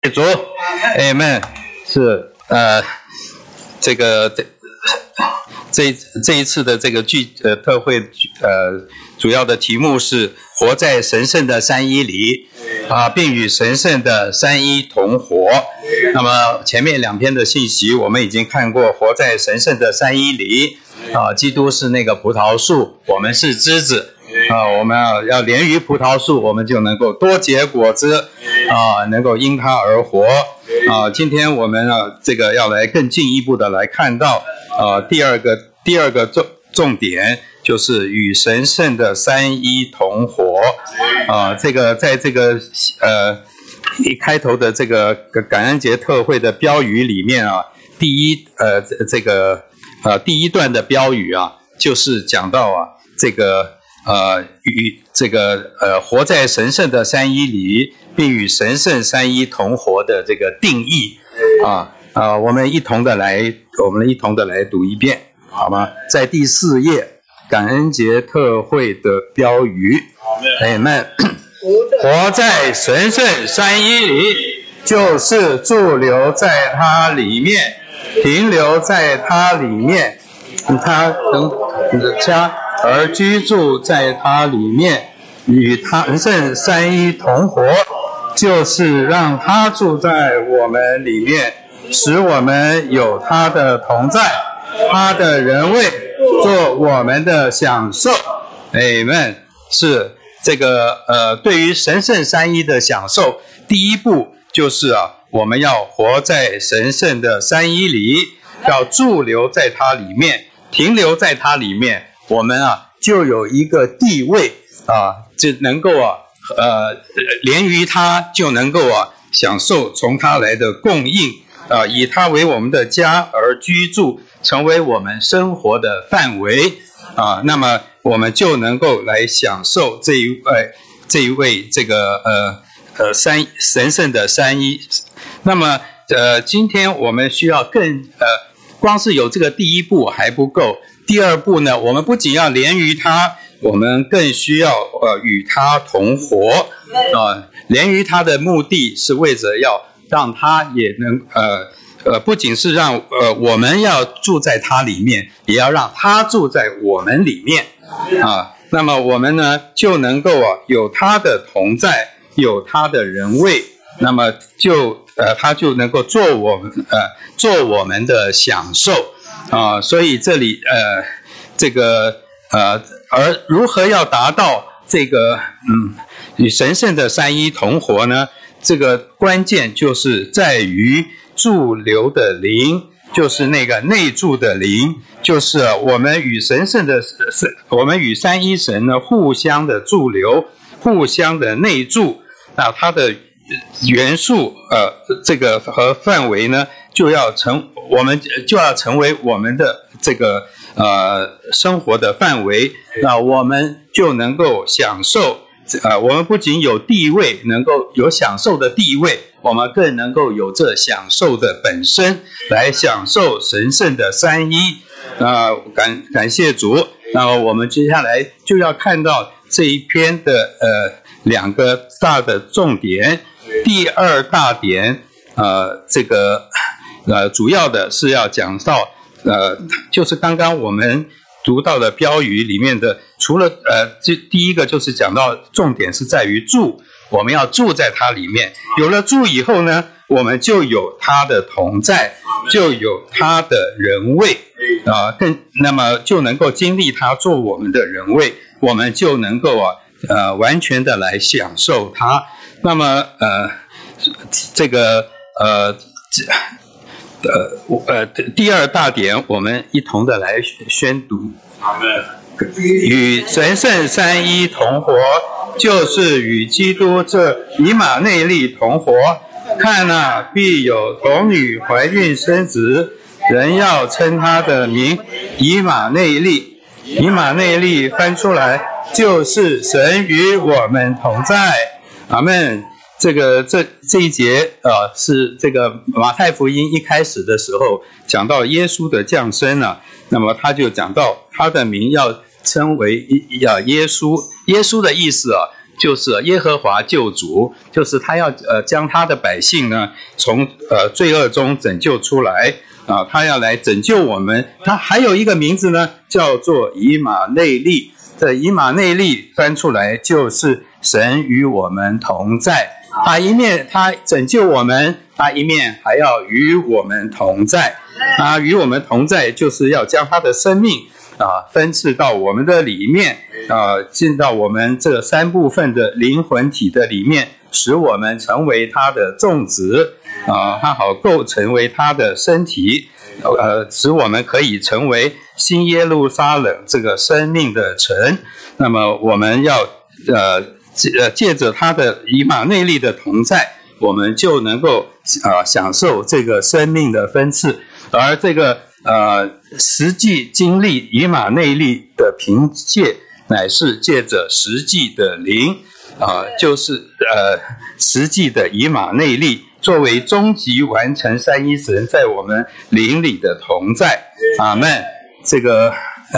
主，Amen。是这个这一次的这个特会主要的题目是活在神圣的三一里并与神圣的三一同活。那么前面两篇的信息我们已经看过，活在神圣的三一里基督是那个葡萄树，我们是枝子我们要连于葡萄树，我们就能够多结果子能够因它而活今天我们这个要来更进一步的来看到第二个重点就是与神圣的三一同活这个在这个一开头的这个感恩节特会的标语里面第一段的标语就是讲到这个与这个活在神圣的三一里，并与神圣三一同活的这个定义我们一同的来读一遍，好吗？在第4页感恩节特会的标语，Amen。活在神圣三一里，就是驻留在它里面，停留在它里面，它等你的家而居住在它里面，与它神圣三一同活，就是让它住在我们里面，使我们有它的同在，它的人位做我们的享受。Amen。是这个对于神圣三一的享受，第一步就是我们要活在神圣的三一里，要驻留在它里面，停留在它里面，我们就有一个地位就能够连于它，就能够享受从它来的供应以它为我们的家而居住，成为我们生活的范围那么我们就能够来享受这一位这个神圣的三一。那么今天我们需要光是有这个第一步还不够，第二步呢，我们不仅要连于它，我们更需要与它同活连于它的目的是为着要让它也能不仅是让我们要住在它里面，也要让它住在我们里面那么我们呢就能够有它的同在，有它的人位，那么它就能够做我们的享受所以这里这个而如何要达到这个与神圣的三一同活呢？这个关键就是在于驻留的灵，就是那个内住的灵，就是我们与我们与三一神呢互相的驻留，互相的内住它的元素这个和范围呢我们就要成为我们的这个生活的范围，那我们就能够享受我们不仅有地位，能够有享受的地位，我们更能够有这享受的本身，来享受神圣的三一感谢主。那么我们接下来就要看到这一篇的两个大的重点。第二大点这个主要的是要讲到就是刚刚我们读到的标语里面的，除了第一个就是讲到重点是在于住，我们要住在它里面，有了住以后呢，我们就有它的同在，就有它的人位那么就能够经历它做我们的人位，我们就能够完全的来享受它。那么这个第二大点我们一同的来宣读。与神圣三一同活，就是与基督这以马内利同活。看必有童女怀孕生子，人要称他的名以马内利。以马内利翻出来就是神与我们同在。阿们。这一节是这个马太福音一开始的时候讲到耶稣的降生那么他就讲到他的名要称为耶稣。耶稣的意思就是耶和华救主，就是他要将他的百姓呢从罪恶中拯救出来啊，他要来拯救我们。他还有一个名字呢，叫做以马内利。这以马内利翻出来就是神与我们同在。他一面他拯救我们，他一面还要与我们同在。他与我们同在，就是要将他的生命分赐到我们的里面进到我们这三部分的灵魂体的里面，使我们成为他的种子他好构成为他的身体，使我们可以成为新耶路撒冷这个生命的城。那么我们要借着他的以马内利的同在，我们就能够享受这个生命的分赐。而这个实际经历以马内利的凭借，乃是借着实际的灵就是实际的以马内利，作为终极完成三一神在我们灵里的同在。阿们。这个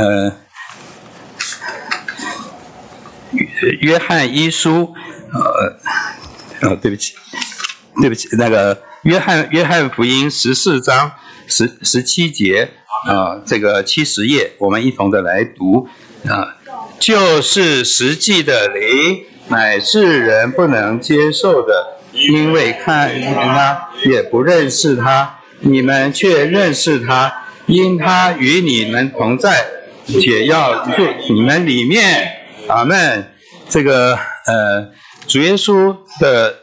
约翰一书对不起，那个约翰福音14章17节这个70页，我们一同的来读就是实际的灵，乃是人不能接受的，因为看见他也不认识他，你们却认识他，因他与你们同在，且要住你们里面。阿们。这个主耶稣的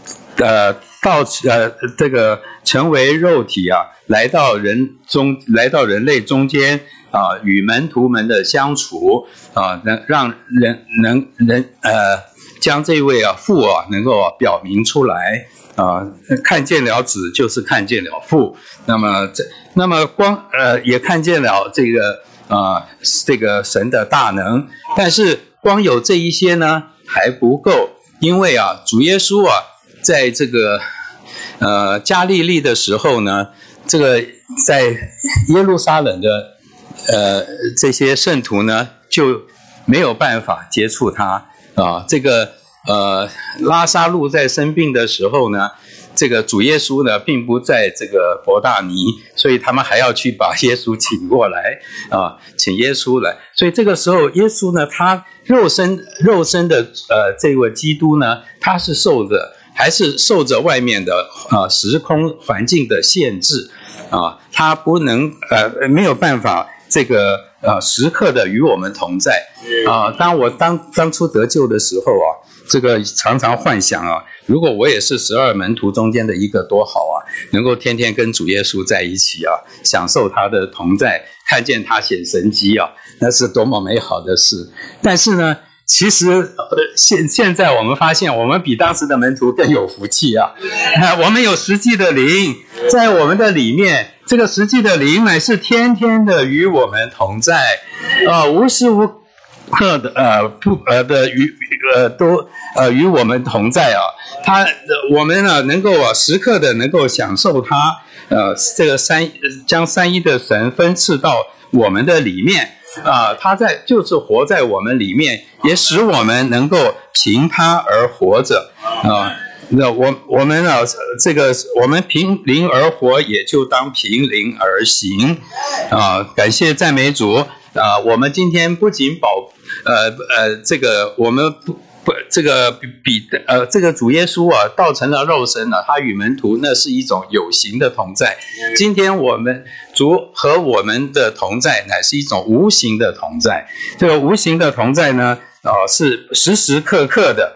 这个成为肉体来到人类中间与门徒们的相处让人将这位父能够表明出来看见了子就是看见了父。那么光也看见了这个神的大能，但是光有这一些呢还不够，因为主耶稣在这个加利利的时候呢，这个在耶路撒冷的这些圣徒呢就没有办法接触他这个拉撒路在生病的时候呢，这个主耶稣呢并不在这个伯大尼，所以他们还要去把耶稣请过来请耶稣来。所以这个时候耶稣呢，他肉身的这位基督呢，他是还是受着外面的时空环境的限制他不能没有办法这个时刻的与我们同在当我当初得救的时候这个常常幻想如果我也是12门徒中间的一个多好能够天天跟主耶稣在一起享受他的同在，看见他显神迹那是多么美好的事。但是呢，其实现在我们发现我们比当时的门徒更有福气我们有实际的灵在我们的里面，这个实际的灵乃是天天的与我们同在无时无刻的与我们同在我们能够时刻的能够享受他这个将三一的神分赐到我们的里面他就是活在我们里面，也使我们能够凭他而活着我们这个我们凭灵而活，也就当凭灵而行感谢赞美主我们今天不仅这个我们这个这个主耶稣道成了肉身他与门徒那是一种有形的同在。今天我们主和我们的同在乃是一种无形的同在。这个无形的同在呢是时时刻刻的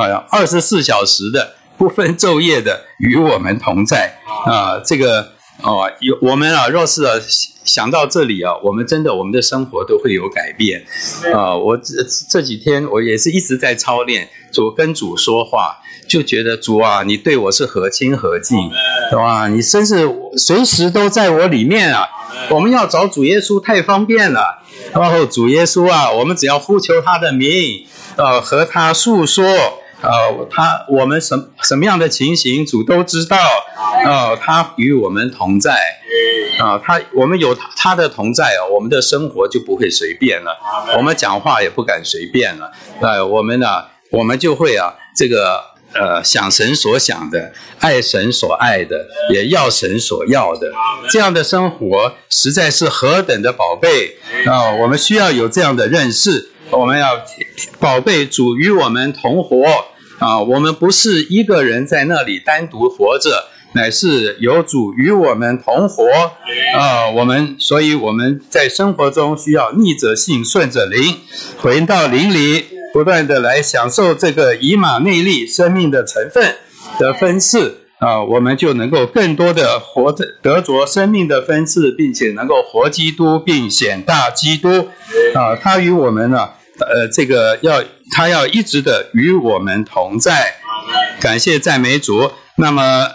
24小时的不分昼夜的与我们同在这个我们若是想到这里我们的生活都会有改变我这几天我也是一直在操练跟主说话，就觉得主你对我是何亲何近你真是随时都在我里面我们要找主耶稣太方便了然后主耶稣我们只要呼求他的名和他诉说我们什么样的情形主都知道他与我们同在我们有他的同在我们的生活就不会随便了，我们讲话也不敢随便了我们我们就会想神所想的，爱神所爱的，也要神所要的。这样的生活实在是何等的宝贝啊！我们需要有这样的认识，我们要宝贝主与我们同活啊！我们不是一个人在那里单独活着，乃是有主与我们同活啊！所以我们在生活中需要逆着性，顺着灵，回到灵里，不断的来享受这个以马内利生命的成分的分赐啊，我们就能够更多的得着生命的分赐，并且能够活基督，并显大基督啊！他与我们呢，他要一直的与我们同在，感谢赞美主。那么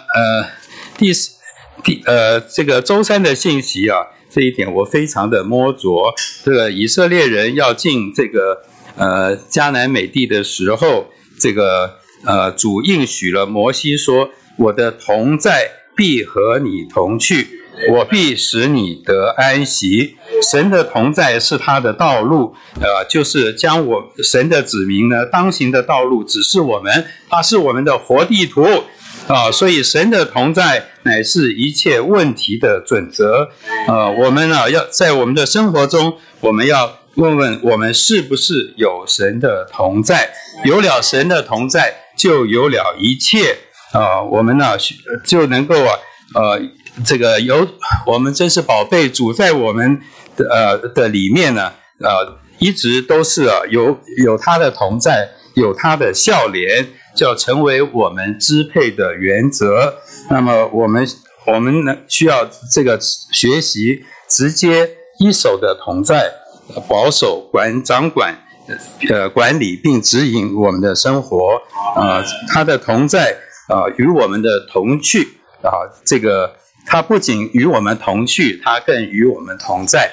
这个周三的信息啊，这一点我非常的摸着。这个以色列人要进这个迦南美地的时候，这个主应许了摩西说：“我的同在必和你同去，我必使你得安息。”神的同在是他的道路，就是将神的子民呢当行的道路指示我们，他是我们的活地图啊，所以神的同在乃是一切问题的准则。我们要在我们的生活中，我们要问问我们是不是有神的同在？有了神的同在，就有了一切我们就能够我们真是宝贝主在我们的里面呢，一直都是有他的同在，有他的笑脸，就成为我们支配的原则。那么我们呢需要这个学习直接一手的同在，保守掌管管理并指引我们的生活他的同在与我们的同去他不仅与我们同去，他更与我们同在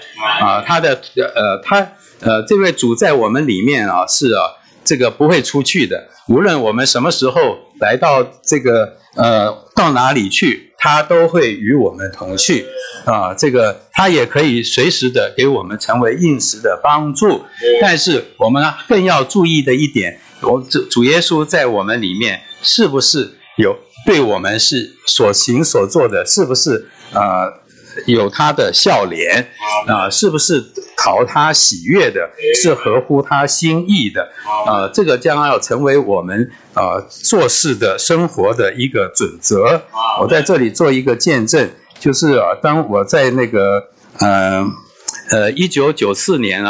这位主在我们里面是这个不会出去的，无论我们什么时候来到这个到哪里去，他都会与我们同去这个他也可以随时的给我们成为应时的帮助。但是我们更要注意的一点，主耶稣在我们里面是不是有对我们是所行所做的，是不是有他的笑脸是不是讨他喜悦的，是合乎他心意的这个将要成为我们做事的生活的一个准则。我在这里做一个见证，就是当我在那个1994年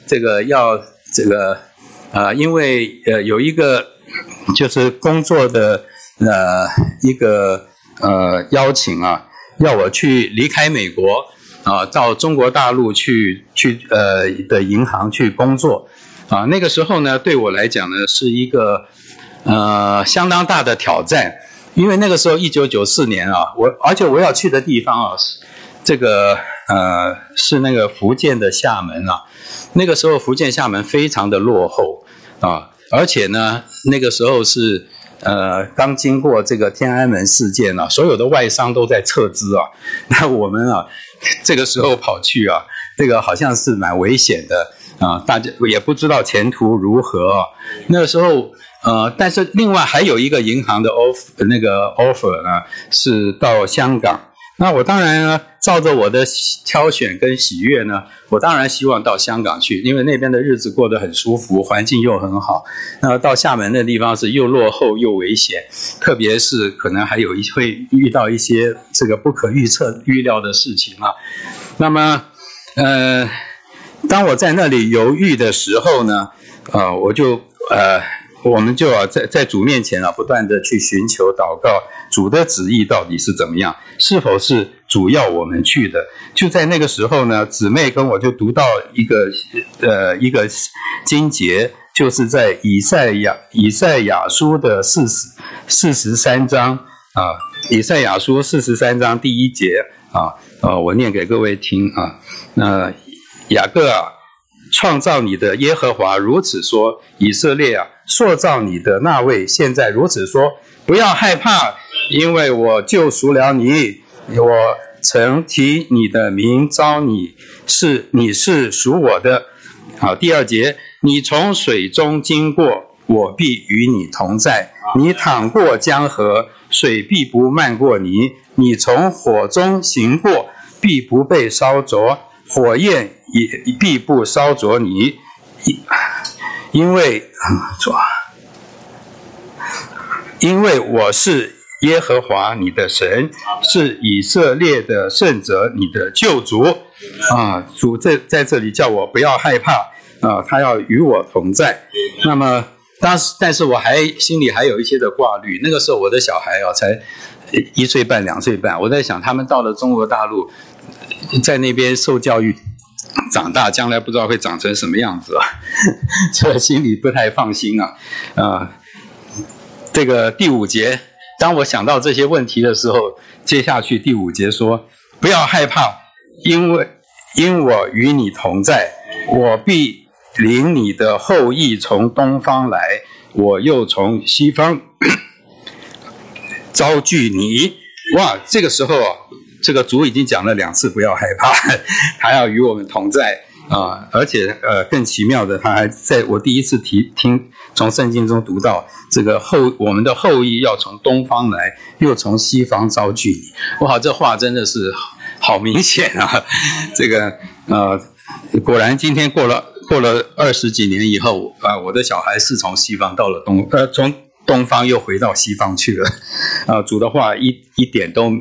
因为有一个就是工作的一个邀请要我去离开美国到中国大陆去的银行去工作那个时候呢，对我来讲呢是一个相当大的挑战，因为那个时候1994年而且我要去的地方这个是那个福建的厦门那个时候福建厦门非常的落后而且呢那个时候是刚经过这个天安门事件所有的外商都在撤资那我们这个时候跑去这个好像是蛮危险的大家也不知道前途如何那个时候但是另外还有一个银行的 offer 呢是到香港。那我当然呢照着我的挑选跟喜悦呢，我当然希望到香港去，因为那边的日子过得很舒服，环境又很好。那到厦门的地方是又落后又危险，特别是可能还会遇到一些这个不可预料的事情那么当我在那里犹豫的时候呢我们就在主面前不断的去寻求祷告，主的旨意到底是怎么样，是否是主要我们去的。就在那个时候呢，姊妹跟我就读到一个经节，就是在以赛亚书的43章以赛亚书43章第1节我念给各位听那雅各创造你的耶和华如此说，以色列塑造你的那位现在如此说，不要害怕，因为我救赎了你，我曾提你的名召你是属我的第2节，你从水中经过， 我必与你同在。你淌过江河，水必不漫过你；你从火中行过，必不被烧着，火焰也必不烧着你。因为我是耶和华你的神，是以色列的圣者，你的救主。主在这里叫我不要害怕他要与我同在。那么但是我心里还有一些的挂虑。那个时候我的小孩才1岁半2岁半，我在想他们到了中国大陆，在那边受教育长大，将来不知道会长成什么样子这心里不太放心这个第5节，当我想到这些问题的时候，接下去第5节说，不要害怕，因我与你同在，我必领你的后裔从东方来，我又从西方招聚你。哇，这个时候这个主已经讲了2次不要害怕，他要与我们同在而且更奇妙的，他还在我第一次听从圣经中读到这个我们的后裔要从东方来，又从西方招聚你。哇，这话真的是好明显这个果然今天过了20几年以后我的小孩是从西方到了从东方又回到西方去了主的话一点都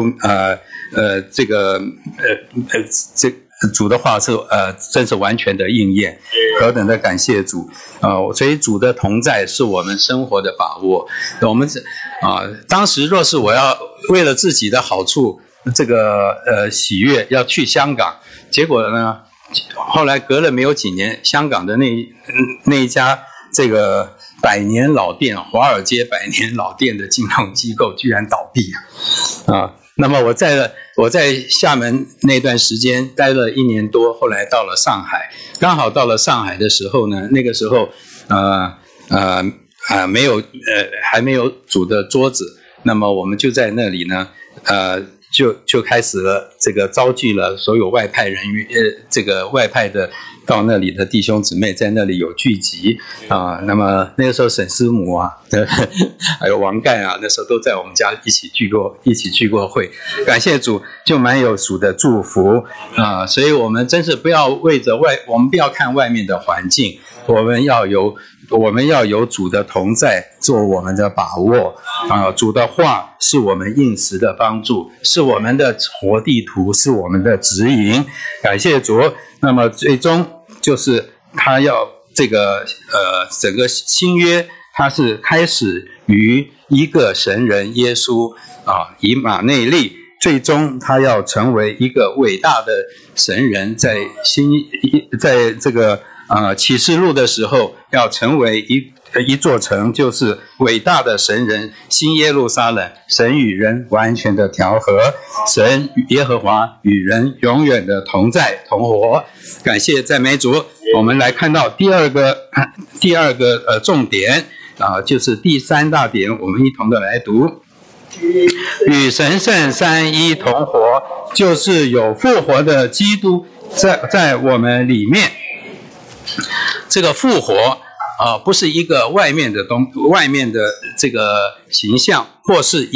主的话是真是完全的应验，何等的感谢主所以主的同在是我们生活的把握。我们当时若是我要为了自己的好处这个喜悦要去香港，结果呢后来隔了没有几年，香港的那一家这个100年老店，华尔街100年老店的金融机构居然倒闭那么我在厦门那段时间待了1年多，后来到了上海，刚好到了上海的时候呢，那个时候还没有主的桌子，那么我们就在那里呢就开始了这个招聚了所有外派人员这个外派的到那里的弟兄姊妹在那里有聚集那么那个时候沈师母还有王干那时候都在我们家一起聚过会，感谢主，就蛮有主的祝福所以我们真是不要我们不要看外面的环境，我们要有主的同在做我们的把握主的话是我们应时的帮助，是我们的活地图，是我们的指引，感谢主。那么最终就是他要这个整个新约，他是开始于一个神人耶稣以马内利，最终他要成为一个伟大的神人，在这个启示录的时候要成为一座城，就是伟大的神人新耶路撒冷，神与人完全的调和，神耶和华与人永远的同在同活。感谢赞美主。我们来看到第二个重点就是第3大点，我们一同的来读。与神圣三一同活，就是有复活的基督在我们里面。这个复活不是一个外面的这个形象，或是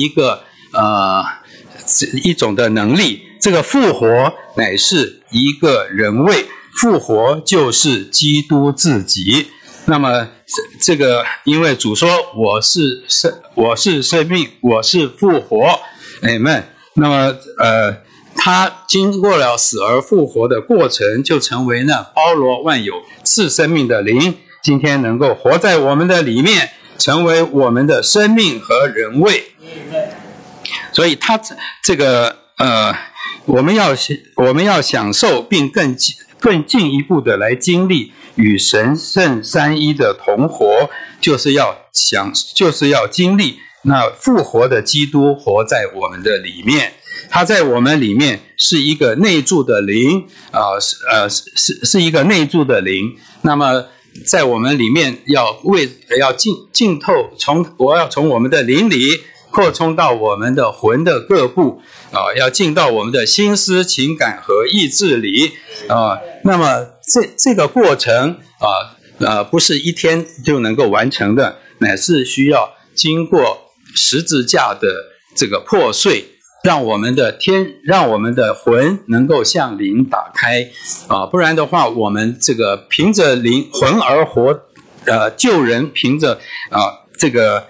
一种的能力，这个复活乃是一个人位，复活就是基督自己。那么这个因为主说我是生命，我是复活 Amen。 那么他经过了死而复活的过程，就成为那包罗万有赐生命的灵，今天能够活在我们的里面，成为我们的生命和人位。所以他这个我们要享受并更进一步的来经历与神圣三一的同活，就是要经历那复活的基督活在我们的里面。他在我们里面是一个内住的灵是一个内住的灵。那么在我们里面要浸透，我要从我们的灵里扩充到我们的魂的各部要进到我们的心思情感和意志里那么这个过程不是一天就能够完成的，乃是需要经过十字架的这个破碎，让我们的魂能够向灵打开不然的话，我们这个凭着魂而活，救人凭着这个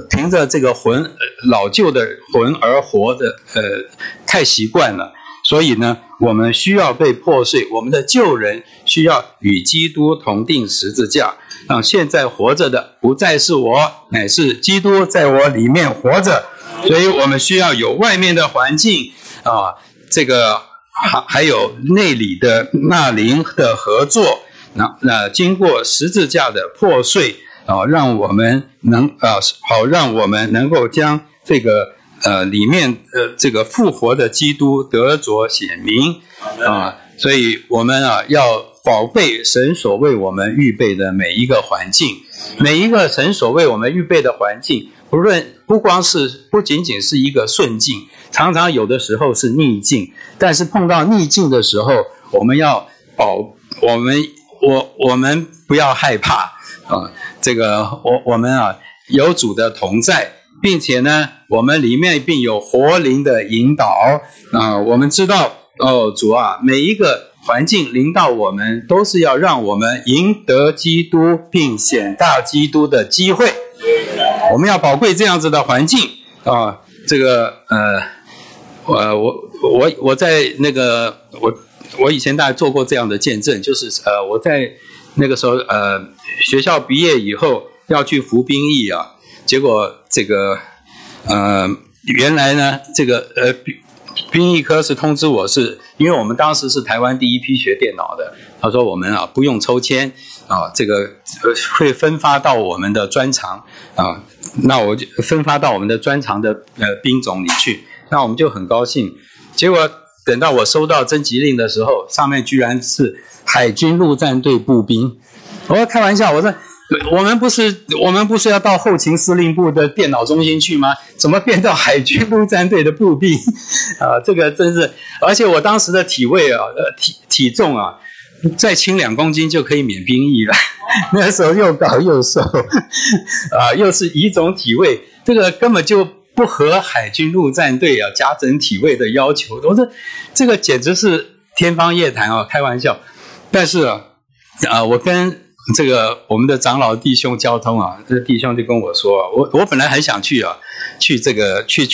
老旧的魂而活的太习惯了，所以呢，我们需要被破碎，我们的救人需要与基督同定十字架，让现在活着的不再是我，乃是基督在我里面活着。所以我们需要有外面的环境这个还有内里的那灵的合作，那经过十字架的破碎让我们能够将这个里面这个复活的基督得着显明所以我们要宝贝神所为我们预备的每一个环境，每一个神所为我们预备的环境，不仅仅是一个顺境，常常有的时候是逆境，但是碰到逆境的时候，我们不要害怕这个我们有主的同在，并且呢，我们里面并有活灵的引导我们知道主每一个环境临到我们，都是要让我们赢得基督并显大基督的机会。我们要宝贵这样子的环境这个我在那个我以前大概做过这样的见证，就是我在那个时候学校毕业以后要去服兵役结果这个原来呢这个兵役科是通知我，是因为我们当时是台湾第一批学电脑的，他说我们不用抽签这个会分发到我们的专长那我就分发到我们的专长的兵种里去，那我们就很高兴。结果等到我收到征集令的时候，上面居然是海军陆战队步兵。我开玩笑，我说我们不是要到后勤司令部的电脑中心去吗？怎么变到海军陆战队的步兵这个真是，而且我当时的体位体重再轻2公斤就可以免兵役了。那时候又高又瘦又是乙种体位，这个根本就不合海军陆战队加整体位的要求。我说这个简直是天方夜谭开玩笑。但是我跟这个我们的长老弟兄交通这弟兄就跟我说我本来很想去去这个去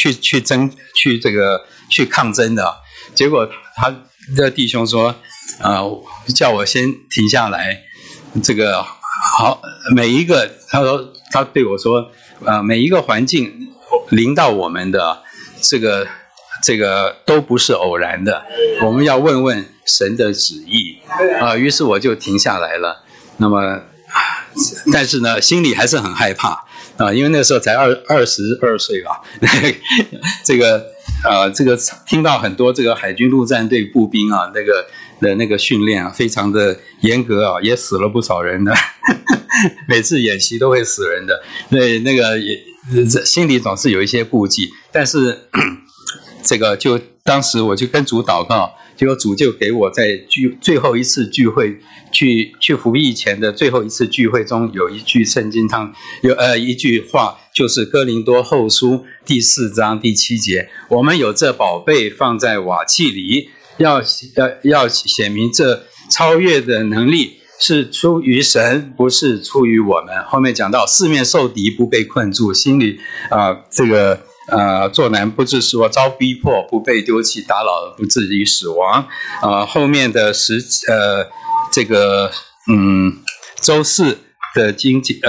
抗争的结果他这弟兄说叫我先停下来，这个好每一个他对我说每一个环境临到我们的这个都不是偶然的，我们要问问神的旨意于是我就停下来了。那么但是呢心里还是很害怕因为那时候才22岁这个听到很多这个海军陆战队步兵那个训练非常的严格也死了不少人的每次演习都会死人的，对那个也心里总是有一些顾忌。但是这个就当时我就跟主祷告，结果主就给我在最后一次聚会去服役前的最后一次聚会中有一句圣经有一句话，就是哥林多后书第4章第7节，我们有这宝贝放在瓦器里，要显明这超越的能力是出于神，不是出于我们。后面讲到四面受敌不被困住，心里这个作难不致死，遭逼迫不被丢弃，打扰不至于死亡后面的这个周4的经节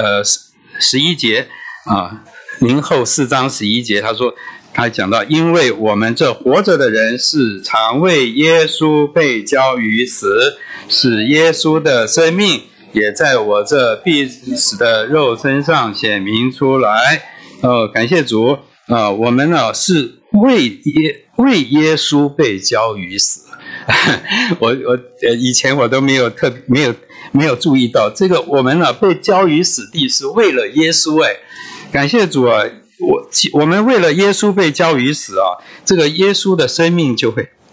11节林后4章11节，他讲到，因为我们这活着的人是常为耶稣被交于死，使耶稣的生命也在我这必死的肉身上显明出来感谢主我们是为耶稣被交于死我以前我都没有注意到这个，我们被交于死地是为了耶稣感谢主我们为了耶稣被交于死这个耶稣的生命就会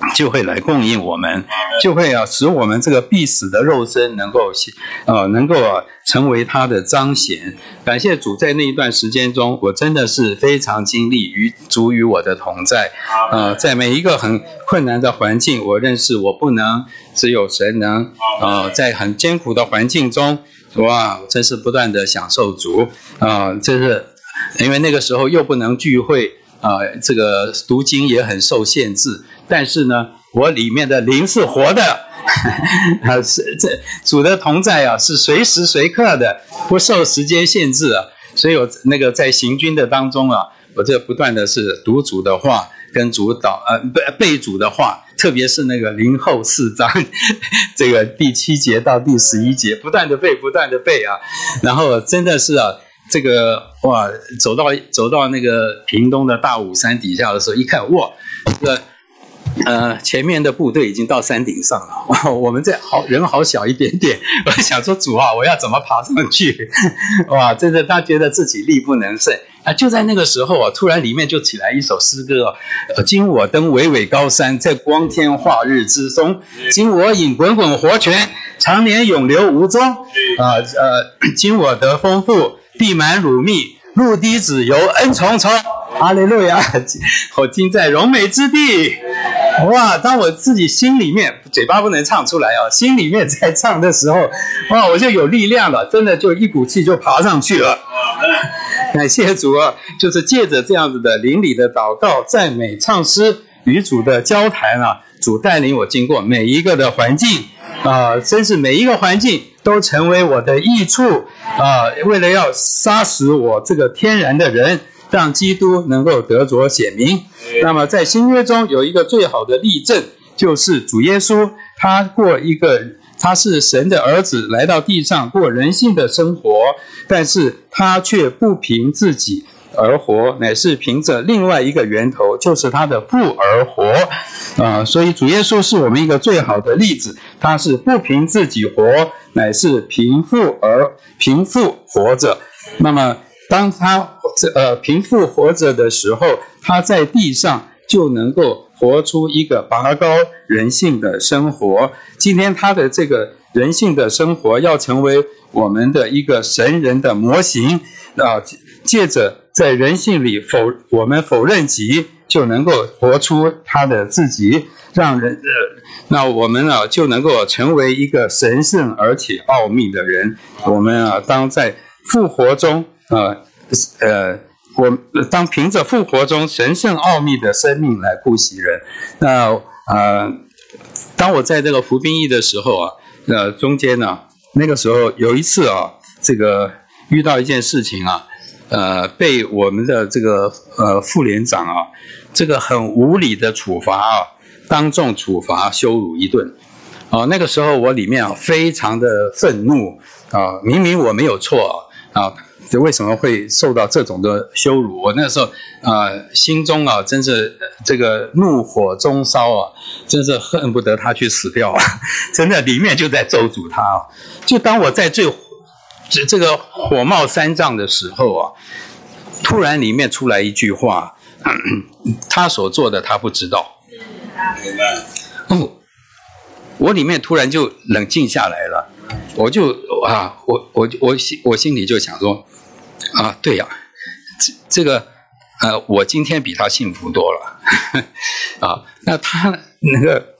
就会来供应我们，就会使我们这个必死的肉身能够成为他的彰显。感谢主，在那一段时间中，我真的是非常经历主与我的同在。在每一个很困难的环境，我认识我不能，只有神能。在很艰苦的环境中，哇，真是不断的享受主。这是因为那个时候又不能聚会。这个读经也很受限制，但是呢，我里面的灵是活的，这主的同在啊，是随时随刻的，不受时间限制啊。所以我那个在行军的当中啊，我这不断的是读主的话，跟主背主的话，特别是那个林后4章，这个第7节到第11节，不断的背啊，然后真的是啊。这个哇，走到那个屏东的大武山底下的时候，一看哇，这个前面的部队已经到山顶上了，哇，我们人好小一点点，我想说主啊，我要怎么爬上去？哇，真的他觉得自己力不能胜啊！就在那个时候啊，突然里面就起来一首诗歌今我登巍巍高山，在光天化日之中，今我饮滚滚活泉，常年永流无踪今我得丰富。地满乳蜜，陆地自由恩重重，哈利路亚！我今在荣美之地。哇！当我自己心里面，嘴巴不能唱出来心里面在唱的时候，哇，我就有力量了，真的就一股气就爬上去了。感谢主啊！就是借着这样子的灵里的祷告、赞美、唱诗与主的交谈啊，主带领我经过每一个的环境真是每一个环境都成为我的益处为了要杀死我这个天然的人，让基督能够得着显明。那么在新约中有一个最好的例证，就是主耶稣，他是神的儿子，来到地上过人性的生活，但是他却不凭自己而活，乃是凭着另外一个源头，就是他的父而活所以主耶稣是我们一个最好的例子，他是不凭自己活，乃是凭父活着。那么当他凭父活着的时候，他在地上就能够活出一个拔高人性的生活。今天他的这个人性的生活要成为我们的一个神人的模型借着在人性里我们否认己，就能够活出他的自己，让人那我们就能够成为一个神圣而且奥秘的人。我们当在复活中当凭着复活中神圣奥秘的生命来顾惜人。那当我在这个服兵役的时候中间那个时候有一次这个遇到一件事情被我们的这个副连长这个很无理的处罚当众处罚羞辱一顿那个时候我里面非常的愤怒明明我没有错为什么会受到这种的羞辱？我那时候心中真是这个怒火中烧真是恨不得他去死掉真的里面就在咒诅他就当我在这个火冒三丈的时候突然里面出来一句话他所做的他不知道我里面突然就冷静下来了，我就我心里就想说对呀这个我今天比他幸福多了那他那个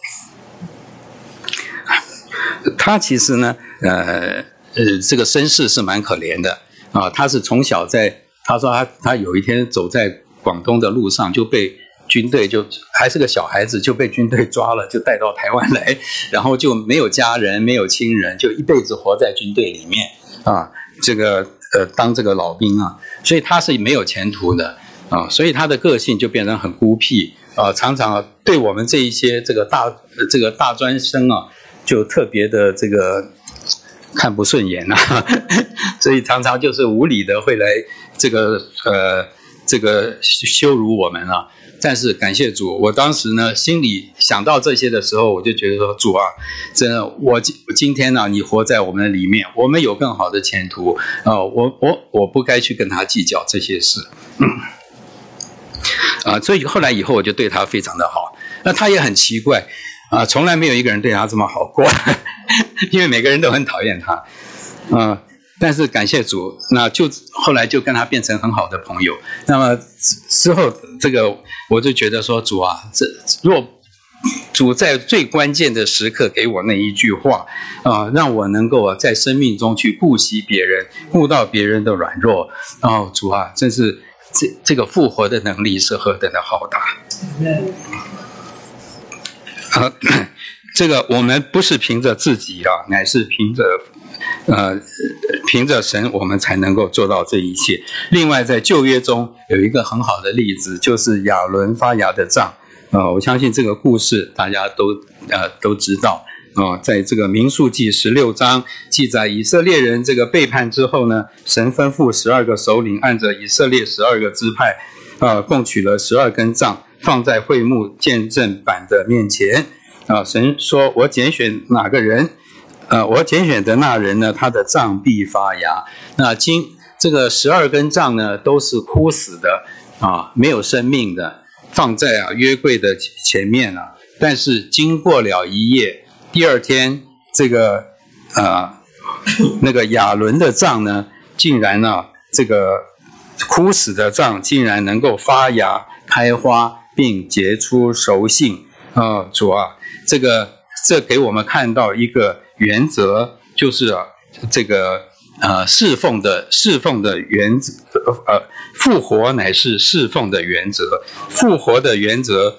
他其实呢这个身世是蛮可怜的他是从小他说他有一天走在广东的路上就被军队还是个小孩子就被军队抓了，就带到台湾来，然后就没有家人没有亲人，就一辈子活在军队里面这个当这个老兵所以他是没有前途的所以他的个性就变成很孤僻常常对我们这一些这个大专生就特别的这个看不顺眼所以常常就是无理的会来这个羞辱我们但是感谢主，我当时呢心里想到这些的时候，我就觉得说主真的我今天你活在我们里面，我们有更好的前途我不该去跟他计较这些事所以后来以后我就对他非常的好那他也很奇怪从来没有一个人对他这么好过，因为每个人都很讨厌他但是感谢主，那就后来就跟他变成很好的朋友。那么之后这个我就觉得说，主啊，若主在最关键的时刻给我那一句话让我能够在生命中去顾惜别人，顾到别人的软弱。主啊，真是这个复活的能力是何等的浩大。这个我们不是凭着自己乃是凭着神，我们才能够做到这一切。另外，在旧约中有一个很好的例子，就是亚伦发芽的杖我相信这个故事大家都知道在这个民数记16章记载，以色列人这个背叛之后呢，神吩咐12个首领按着以色列12个支派共取了12根杖，放在会幕见证板的面前神说，我拣选哪个人我拣选的那人呢，他的杖必发芽。那这个12根杖呢，都是枯死的没有生命的，放在约柜的前面但是经过了一夜，第二天这个那个亚伦的杖呢，竟然这个枯死的杖竟然能够发芽开花，并结出熟杏主啊，这给我们看到一个原则，就是这个侍奉的原则复活乃是侍奉的原则。复活的原则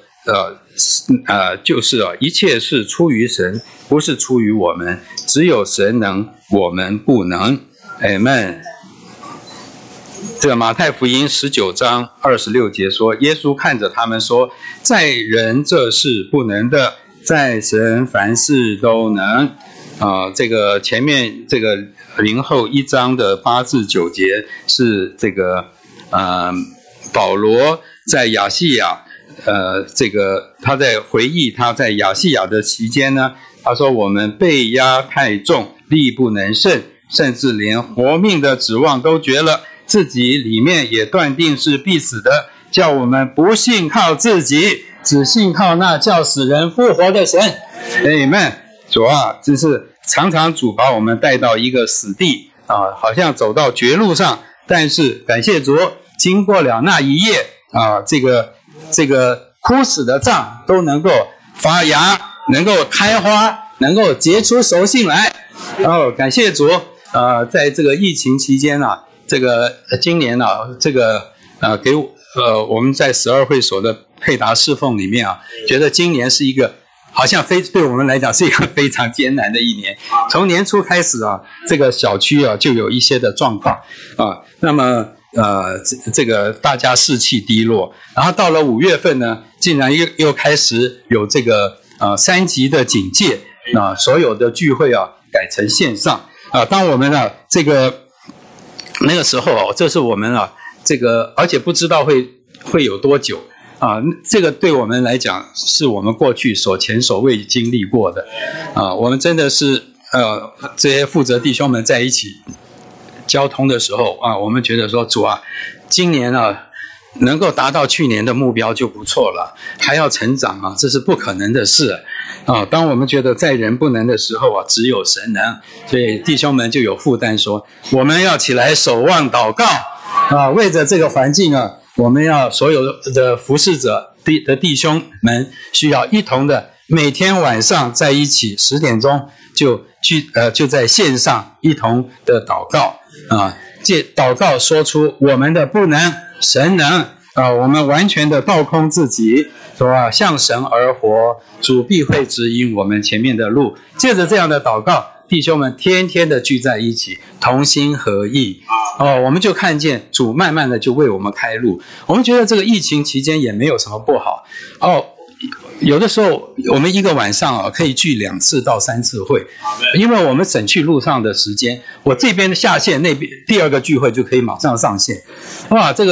就是一切是出于神，不是出于我们，只有神能，我们不能。Amen。这个马太福音19章26节说，耶稣看着他们说，在人这是不能的，在神凡事都能。这个前面这个林后1章的8至9节是这个保罗在亚细亚这个他在回忆他在亚细亚的期间呢，他说我们被压太重，力不能胜，甚至连活命的指望都绝了，自己里面也断定是必死的，叫我们不信靠自己，只信靠那叫死人复活的神。Amen。主啊，这是常常主把我们带到一个死地好像走到绝路上，但是感谢主，经过了那一夜这个枯死的杖都能够发芽，能够开花，能够结出熟杏来。感谢主在这个疫情期间这个今年这个给我们在12会所的配搭侍奉里面觉得今年是一个好像对我们来讲是一个非常艰难的一年。从年初开始这个小区就有一些的状况那么这个大家士气低落，然后到了5月份呢，竟然又开始有这个3级的警戒所有的聚会改成线上当我们这个那个时候这是我们这个而且不知道会有多久这个对我们来讲是我们过去所前所未经历过的我们真的是这些负责弟兄们在一起交通的时候我们觉得说主今年能够达到去年的目标就不错了，还要成长这是不可能的事当我们觉得在人不能的时候只有神能，所以弟兄们就有负担说，我们要起来守望祷告为着这个环境我们要所有的服侍者的弟兄们需要一同的每天晚上在一起10点钟就在线上一同的祷告借祷告说出我们的不能，神能我们完全的倒空自己说向神而活，主必会指引我们前面的路。借着这样的祷告，弟兄们天天的聚在一起，同心合意我们就看见主慢慢的就为我们开路。我们觉得这个疫情期间也没有什么不好有的时候我们一个晚上可以聚2次到3次会，因为我们省去路上的时间，我这边下线，那边第2个聚会就可以马上上线这个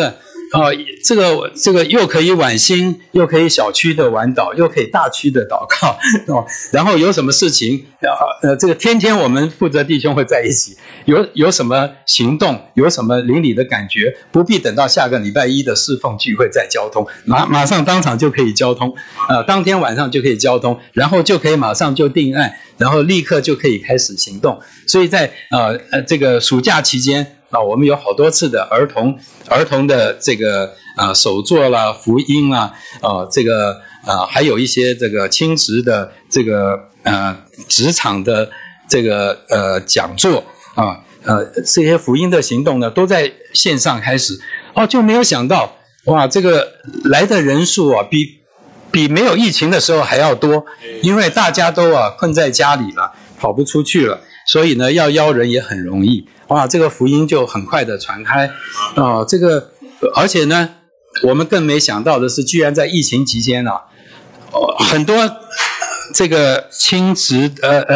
这个又可以晚星，又可以小区的晚祷，又可以大区的祷告然后有什么事情这个天天我们负责弟兄会在一起，有什么行动，有什么邻里的感觉，不必等到下个礼拜一的侍奉聚会再交通，马上当场就可以交通当天晚上就可以交通，然后就可以马上就定案，然后立刻就可以开始行动。所以在这个暑假期间我们有好多次的儿童的这个手作啦、福音啦这个还有一些这个亲职的这个职场的这个讲座这些福音的行动呢，都在线上开始就没有想到哇，这个来的人数比没有疫情的时候还要多，因为大家都困在家里了，跑不出去了，所以呢要邀人也很容易哇，这个福音就很快的传开这个而且呢我们更没想到的是，居然在疫情期间很多这个亲职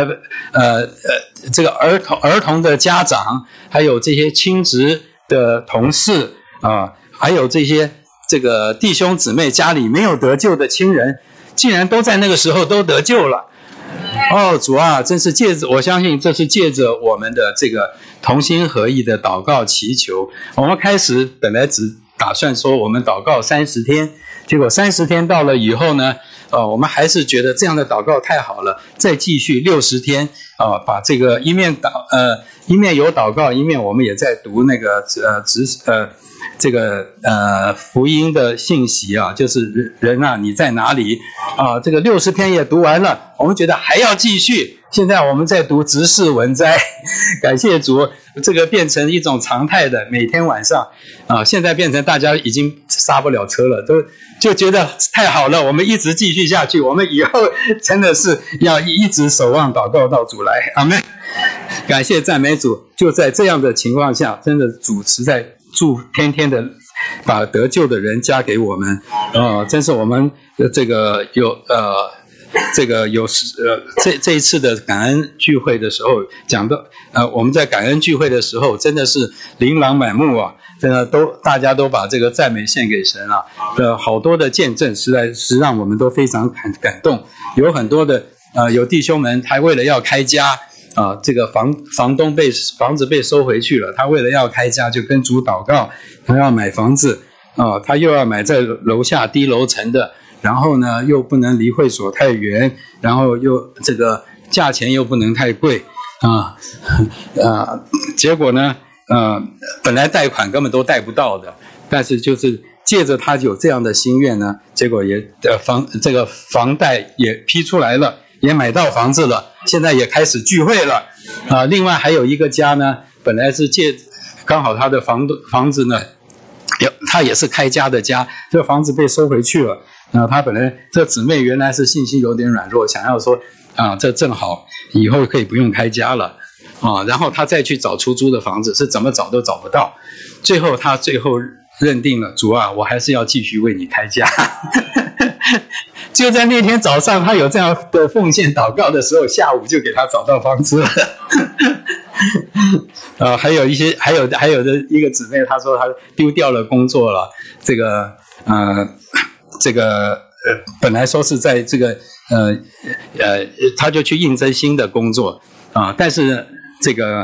这个儿童的家长，还有这些亲职的同事还有这些这个弟兄姊妹家里没有得救的亲人，竟然都在那个时候都得救了主啊，真是我相信这是借着我们的这个同心合意的祷告祈求。我们开始本来只打算说我们祷告30天，结果30天到了以后呢我们还是觉得这样的祷告太好了，再继续60天把这个一面有祷告，一面我们也在读那个这个福音的信息就是人你在哪里这个60篇也读完了，我们觉得还要继续，现在我们在读执事文摘感谢主，这个变成一种常态的每天晚上现在变成大家已经刹不了车了，就觉得太好了，我们一直继续下去，我们以后真的是要一直守望祷告到主来，阿们，感谢赞美主。就在这样的情况下，真的主实在天天的把得救的人加给我们真是我们这个这一次的感恩聚会的时候讲到我们在感恩聚会的时候真的是琳琅满目真的大家都把这个赞美献给神好多的见证实在是让我们都非常感动。有很多的有弟兄们他为了要开家这个房东房子被收回去了，他为了要开家就跟主祷告，他要买房子他又要买在楼下低楼层的，然后呢又不能离会所太远，然后又这个价钱又不能太贵结果呢本来贷款根本都贷不到的，但是就是借着他有这样的心愿呢，结果也这个房贷也批出来了，也买到房子了，现在也开始聚会了另外还有一个家呢，本来是刚好他的房子呢他也是开家的家，这个房子被收回去了他本来这姊妹原来是信心有点软弱，想要说这正好以后可以不用开家了然后他再去找出租的房子，是怎么找都找不到，最后认定了主啊，我还是要继续为你开家就在那天早上他有这样的奉献祷告的时候，下午就给他找到房子了还有的一个姊妹，她说她丢掉了工作了，这个本来说是在这个她就去应征新的工作但是这个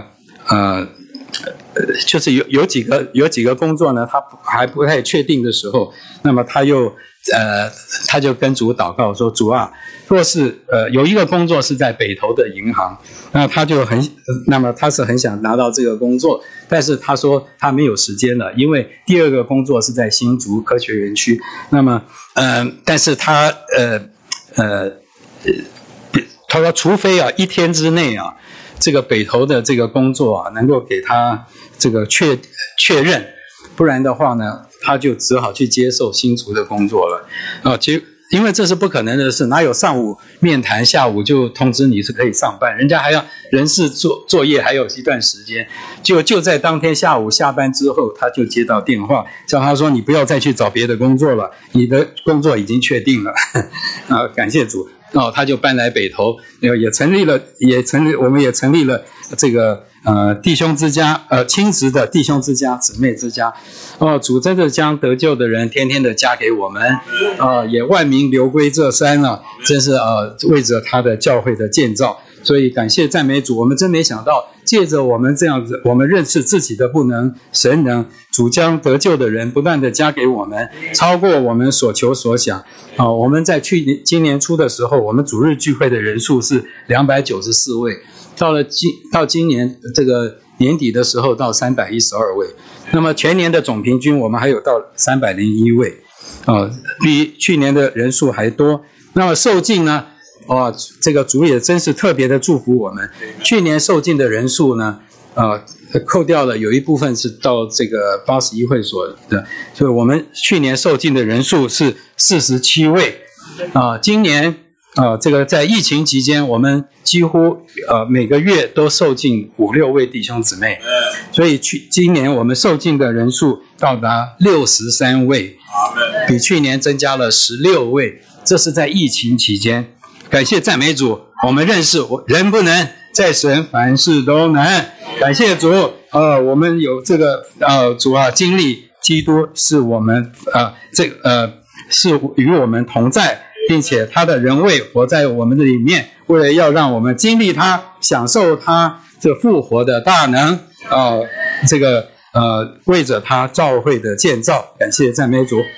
就是有几个工作呢，他还不太确定的时候，那么他就跟主祷告说，主啊，若是有一个工作是在北投的银行，那么他是很想拿到这个工作，但是他说他没有时间了，因为第二个工作是在新竹科学园区，那么但是他说除非一天之内这个北投的这个工作能够给他这个确认，不然的话呢，他就只好去接受新竹的工作了因为这是不可能的事，哪有上午面谈下午就通知你是可以上班，人家还要人事作业还有一段时间，就在当天下午下班之后，他就接到电话叫他说，你不要再去找别的工作了，你的工作已经确定了感谢主他就搬来北投，我们也成立了这个弟兄之家，亲职的弟兄之家、姊妹之家。主真的将得救的人天天的加给我们，也万民流归这山啊，真是为着他的教会的建造。所以感谢赞美主，我们真没想到，借着我们这样子，我们认识自己的不能，神能，主将得救的人不断的加给我们，超过我们所求所想。我们在今年初的时候，我们主日聚会的人数是294位，到今年这个年底的时候到312位，那么全年的总平均我们还有到301位，比去年的人数还多。那么受浸呢？这个主也真是特别的祝福我们。去年受浸的人数呢，扣掉了有一部分是到这个81会所的，所以我们去年受浸的人数是47位。今年这个在疫情期间，我们几乎每个月都受浸5-6位弟兄姊妹，所以今年我们受浸的人数到达63位，比去年增加了16位。这是在疫情期间。感谢赞美主，我们认识人不能，在神凡事都能。感谢主，我们有这个主经历基督是我们是与我们同在，并且他的人位活在我们的里面，为了要让我们经历他，享受他这复活的大能，为着他教会的建造。感谢赞美主。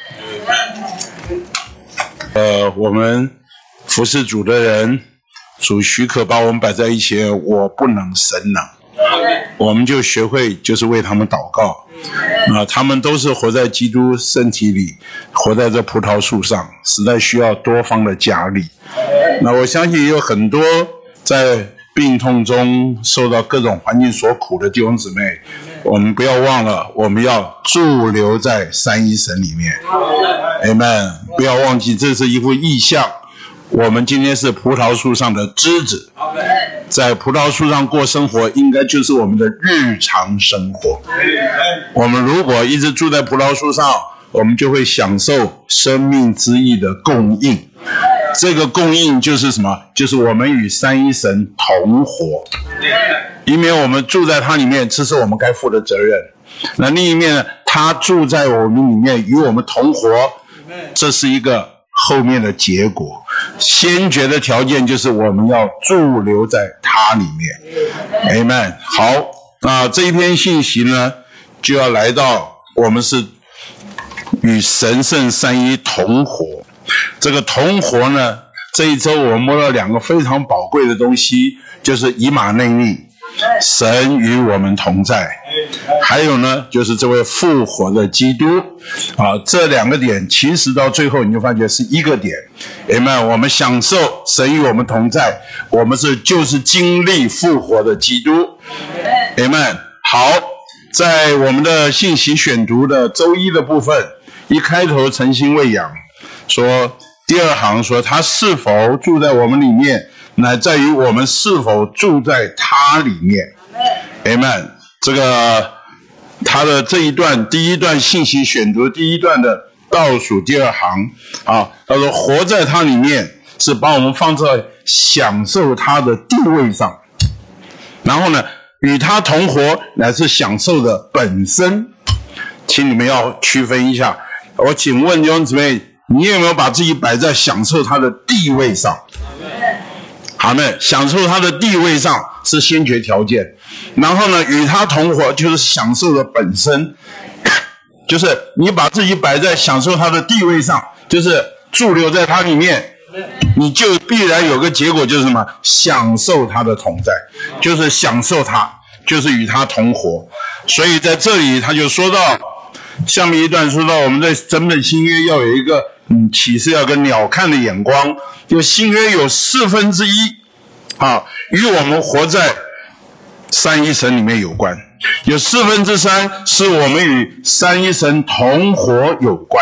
我们服侍主的人，主许可把我们摆在一起，我不能神能，我们就学会就是为他们祷告。他们都是活在基督身体里，活在这葡萄树上，实在需要多方的加力。那我相信有很多在病痛中受到各种环境所苦的弟兄姊妹，我们不要忘了，我们要驻留在三一神里面。Amen， 不要忘记这是一幅意象，我们今天是葡萄树上的枝子，在葡萄树上过生活应该就是我们的日常生活。我们如果一直住在葡萄树上，我们就会享受生命之意的供应。这个供应就是什么？就是我们与三一神同活。一面我们住在他里面，这是我们该负的责任。那另一面呢，他住在我们里面，与我们同活，这是一个后面的结果。先决的条件就是我们要驻留在他里面。Amen。好，那这一篇信息呢，就要来到我们是与神圣三一同活。这个同活呢，这一周我们摸到两个非常宝贵的东西，就是以马内利，神与我们同在，还有呢就是这位复活的基督这两个点其实到最后你就发觉是一个点。Amen， 我们享受神与我们同在，我们就是经历复活的基督。Amen。 好，在我们的信息选读的周一的部分，一开头诚心喂养说，第二行说他是否住在我们里面，乃在于我们是否住在他里面。Amen。 这个他的这一段第一段信息选读第一段的倒数第二行他说活在他里面是把我们放在享受他的地位上，然后呢与他同活乃是享受的本身。请你们要区分一下，我请问弟兄姊妹，你有没有把自己摆在享受他的地位上？好呢，享受他的地位上是先决条件，然后呢与他同活就是享受的本身，就是你把自己摆在享受他的地位上，就是驻留在他里面，你就必然有个结果，就是什么？享受他的同在，就是享受他，就是与他同活。所以在这里他就说到下面一段，说到我们在整本新约要有一个启示，要跟鸟看的眼光，就新约有1/4与我们活在三一神里面有关，有3/4是我们与三一神同活有关。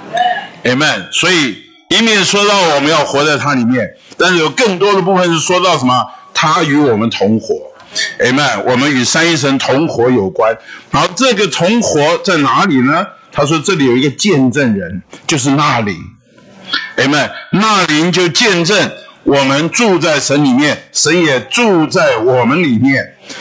Amen。 所以一面说到我们要活在他里面，但是有更多的部分是说到什么？他与我们同活。Amen。 我们与三一神同活有关。然后这个同活在哪里呢？他说这里有一个见证人，就是那灵。Amen。 那灵就见证我们住在神里面，神也住在我们里面。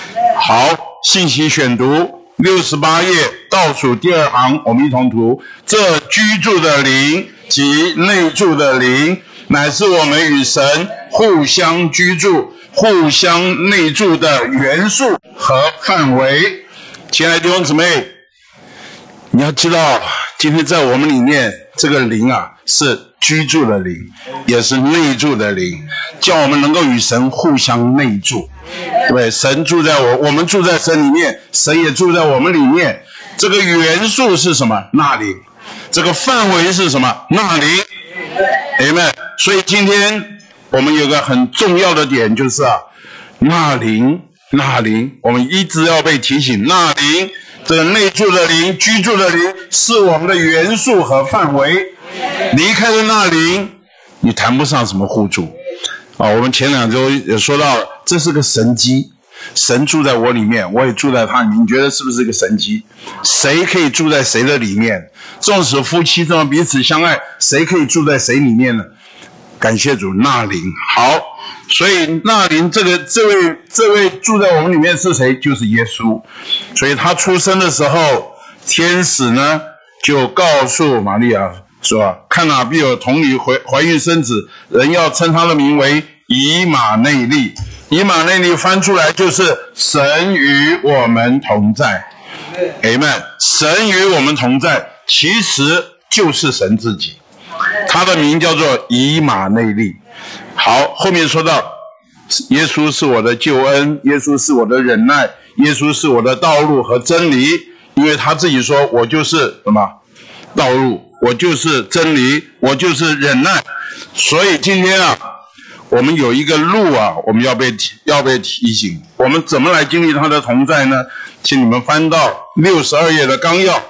好，信息选读68页倒数第2行，我们一同读。这居住的灵及内住的灵，乃是我们与神互相居住、互相内住的元素和范围。亲爱的弟兄姊妹，你要知道，今天在我们里面，这个灵啊，是居住的灵，也是内住的灵，叫我们能够与神互相内住。对，神住在我们住在神里面，神也住在我们里面。这个元素是什么？那灵。这个范围是什么？那灵。Amen。所以今天我们有个很重要的点，就是那灵，我们一直要被提醒，那灵，这个内住的灵、居住的灵，是我们的元素和范围。离开了那灵，你谈不上什么互助。我们前2周也说到了，这是个神迹，神住在我里面，我也住在他里面，你觉得是不是个神迹？谁可以住在谁的里面？纵使夫妻这么彼此相爱，谁可以住在谁里面呢？感谢主，那灵。好，所以那灵这位住在我们里面是谁？就是耶稣。所以他出生的时候，天使呢就告诉玛利亚说，看哪，必有童女怀孕生子，人要称他的名为以马内利。以马内利翻出来就是神与我们同在。Amen。神与我们同在，其实就是神自己，他的名叫做以马内利。好，后面说到耶稣是我的救恩，耶稣是我的忍耐，耶稣是我的道路和真理，因为他自己说，我就是什么道路，我就是真理，我就是忍耐。所以今天我们有一个路我们要被提醒，我们怎么来经历他的同在呢？请你们翻到62页的纲要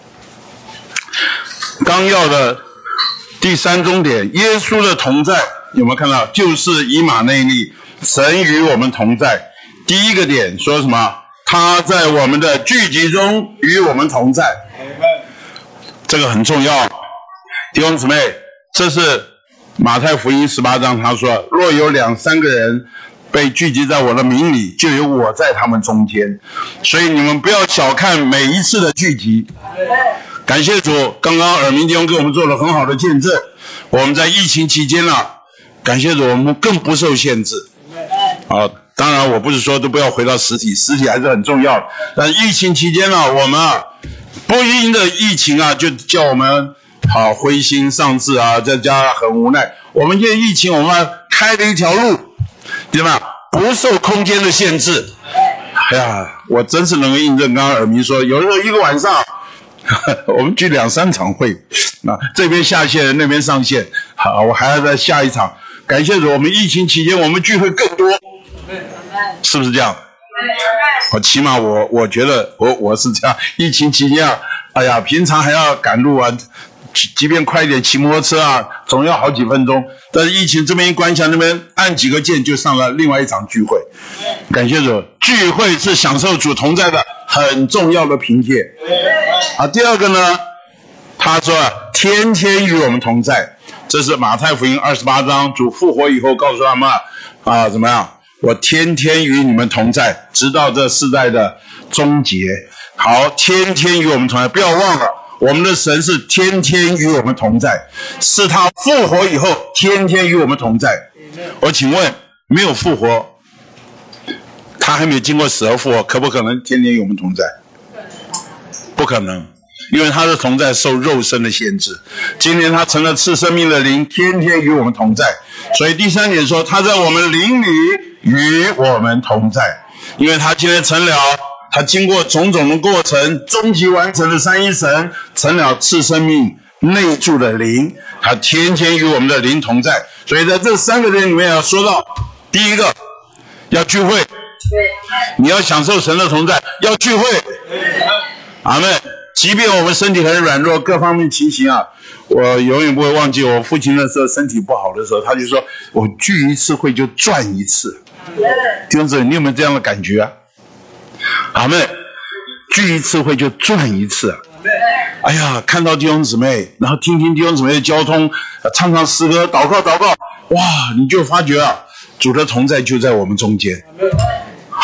的第3中点，耶稣的同在有没有看到？就是以马内利，神与我们同在。第一个点说什么？他在我们的聚集中与我们同在，这个很重要。弟兄姊妹，这是马太福音18章，他说，若有2、3个人被聚集在我的名里，就有我在他们中间。所以你们不要小看每一次的聚集。感谢主，刚刚耳鸣弟兄给我们做了很好的见证。我们在疫情期间感谢主，我们更不受限制。当然我不是说都不要回到实体还是很重要的。但疫情期间我们不因着疫情就叫我们灰心丧志在家很无奈。我们现在疫情，我们开了一条路，对吧？不受空间的限制。哎呀，我真是能够印证刚刚耳鸣说，有时候一个晚上我们聚2、3场会，这边下线，那边上线，好，我还要再下一场。感谢主，我们疫情期间我们聚会更多，是不是这样？起码我觉得我是这样。疫情期间哎呀，平常还要赶路即便快一点骑摩托车总要好几分钟。但是疫情这边一关起来，那边按几个键就上了另外一场聚会。感谢主，聚会是享受主同在的很重要的凭借。第二个呢，他说天天与我们同在，这是马太福音28章，主复活以后告诉他们怎么样？我天天与你们同在，直到这世代的终结。好，天天与我们同在，不要忘了，我们的神是天天与我们同在，是他复活以后天天与我们同在。我请问，没有复活，他还没有经过死而复活，可不可能天天与我们同在？不可能，因为他的同在受肉身的限制。今天他成了赐生命的灵，天天与我们同在。所以第3点说，他在我们灵里与我们同在，因为他今天成了，他经过种种的过程，终极完成的三一神，成了赐生命内住的灵，他天天与我们的灵同在。所以在这3个点里面要说到，第一个要聚会，你要享受神的同在，要聚会。阿们。即便我们身体很软弱，各方面情形我永远不会忘记我父亲那时候身体不好的时候，他就说我聚一次会就赚一次。弟兄姊妹，你有没有这样的感觉阿们。聚一次会就赚一次。哎呀，看到弟兄姊妹，然后听听弟兄姊妹的交通，唱唱诗歌，祷告，哇，你就发觉主的同在就在我们中间。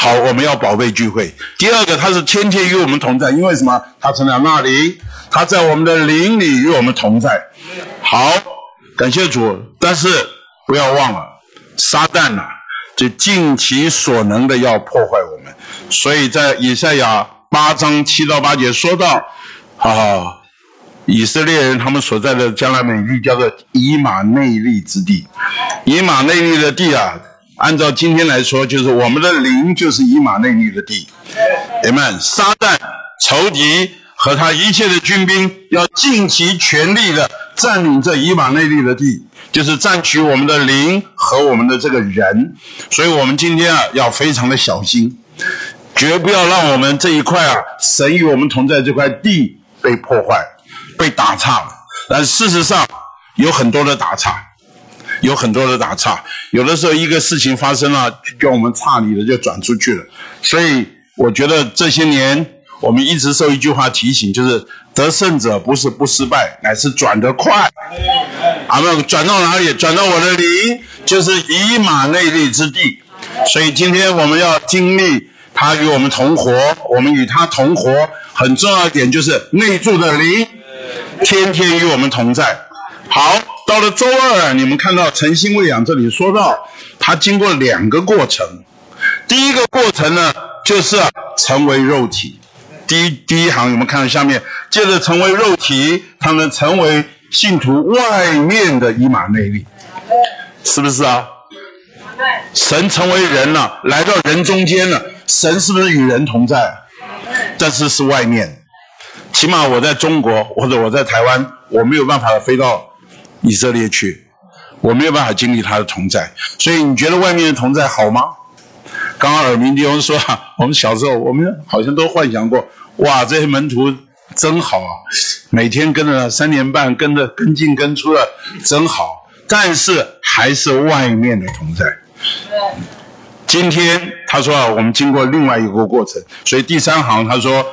好，我们要宝贝聚会。第二个，他是天天与我们同在，因为什么？他成了那灵，他在我们的灵里与我们同在。好，感谢主。但是不要忘了，撒旦就尽其所能的要破坏我们。所以在以赛亚8章7到8节说到，以色列人他们所在的迦南美地叫做以马内利之地。以马内利的地按照今天来说，就是我们的灵就是以马内利的地。Amen。撒旦仇敌和他一切的军兵要尽其全力的占领这以马内利的地，就是占取我们的灵和我们的这个人。所以我们今天要非常的小心，绝不要让我们这一块神与我们同在这块地被破坏、被打岔了。但事实上有很多的打岔。有的时候一个事情发生了，就我们岔里的就转出去了。所以我觉得这些年我们一直受一句话提醒，就是得胜者不是不失败，乃是转得快。转到哪里？转到我的灵，就是以马内利之地。所以今天我们要经历他与我们同活，我们与他同活，很重要一点就是内住的灵天天与我们同在。好，到了周二你们看到诚心喂养这里说到他经过2个过程。第一个过程呢，就是成为肉体。第一行有没有看到下面？接着成为肉体，他们成为信徒外面的以马内利，是不是神成为人了，来到人中间了，神是不是与人同在？但是是外面。起码我在中国或者我在台湾，我没有办法飞到以色列去，我没有办法经历他的同在。所以你觉得外面的同在好吗？刚刚耳鸣弟兄说我们小时候我们好像都幻想过，哇，这些门徒真好每天跟着3年半跟进跟出的真好。但是还是外面的同在。今天他说我们经过另外一个过程，所以第3行他说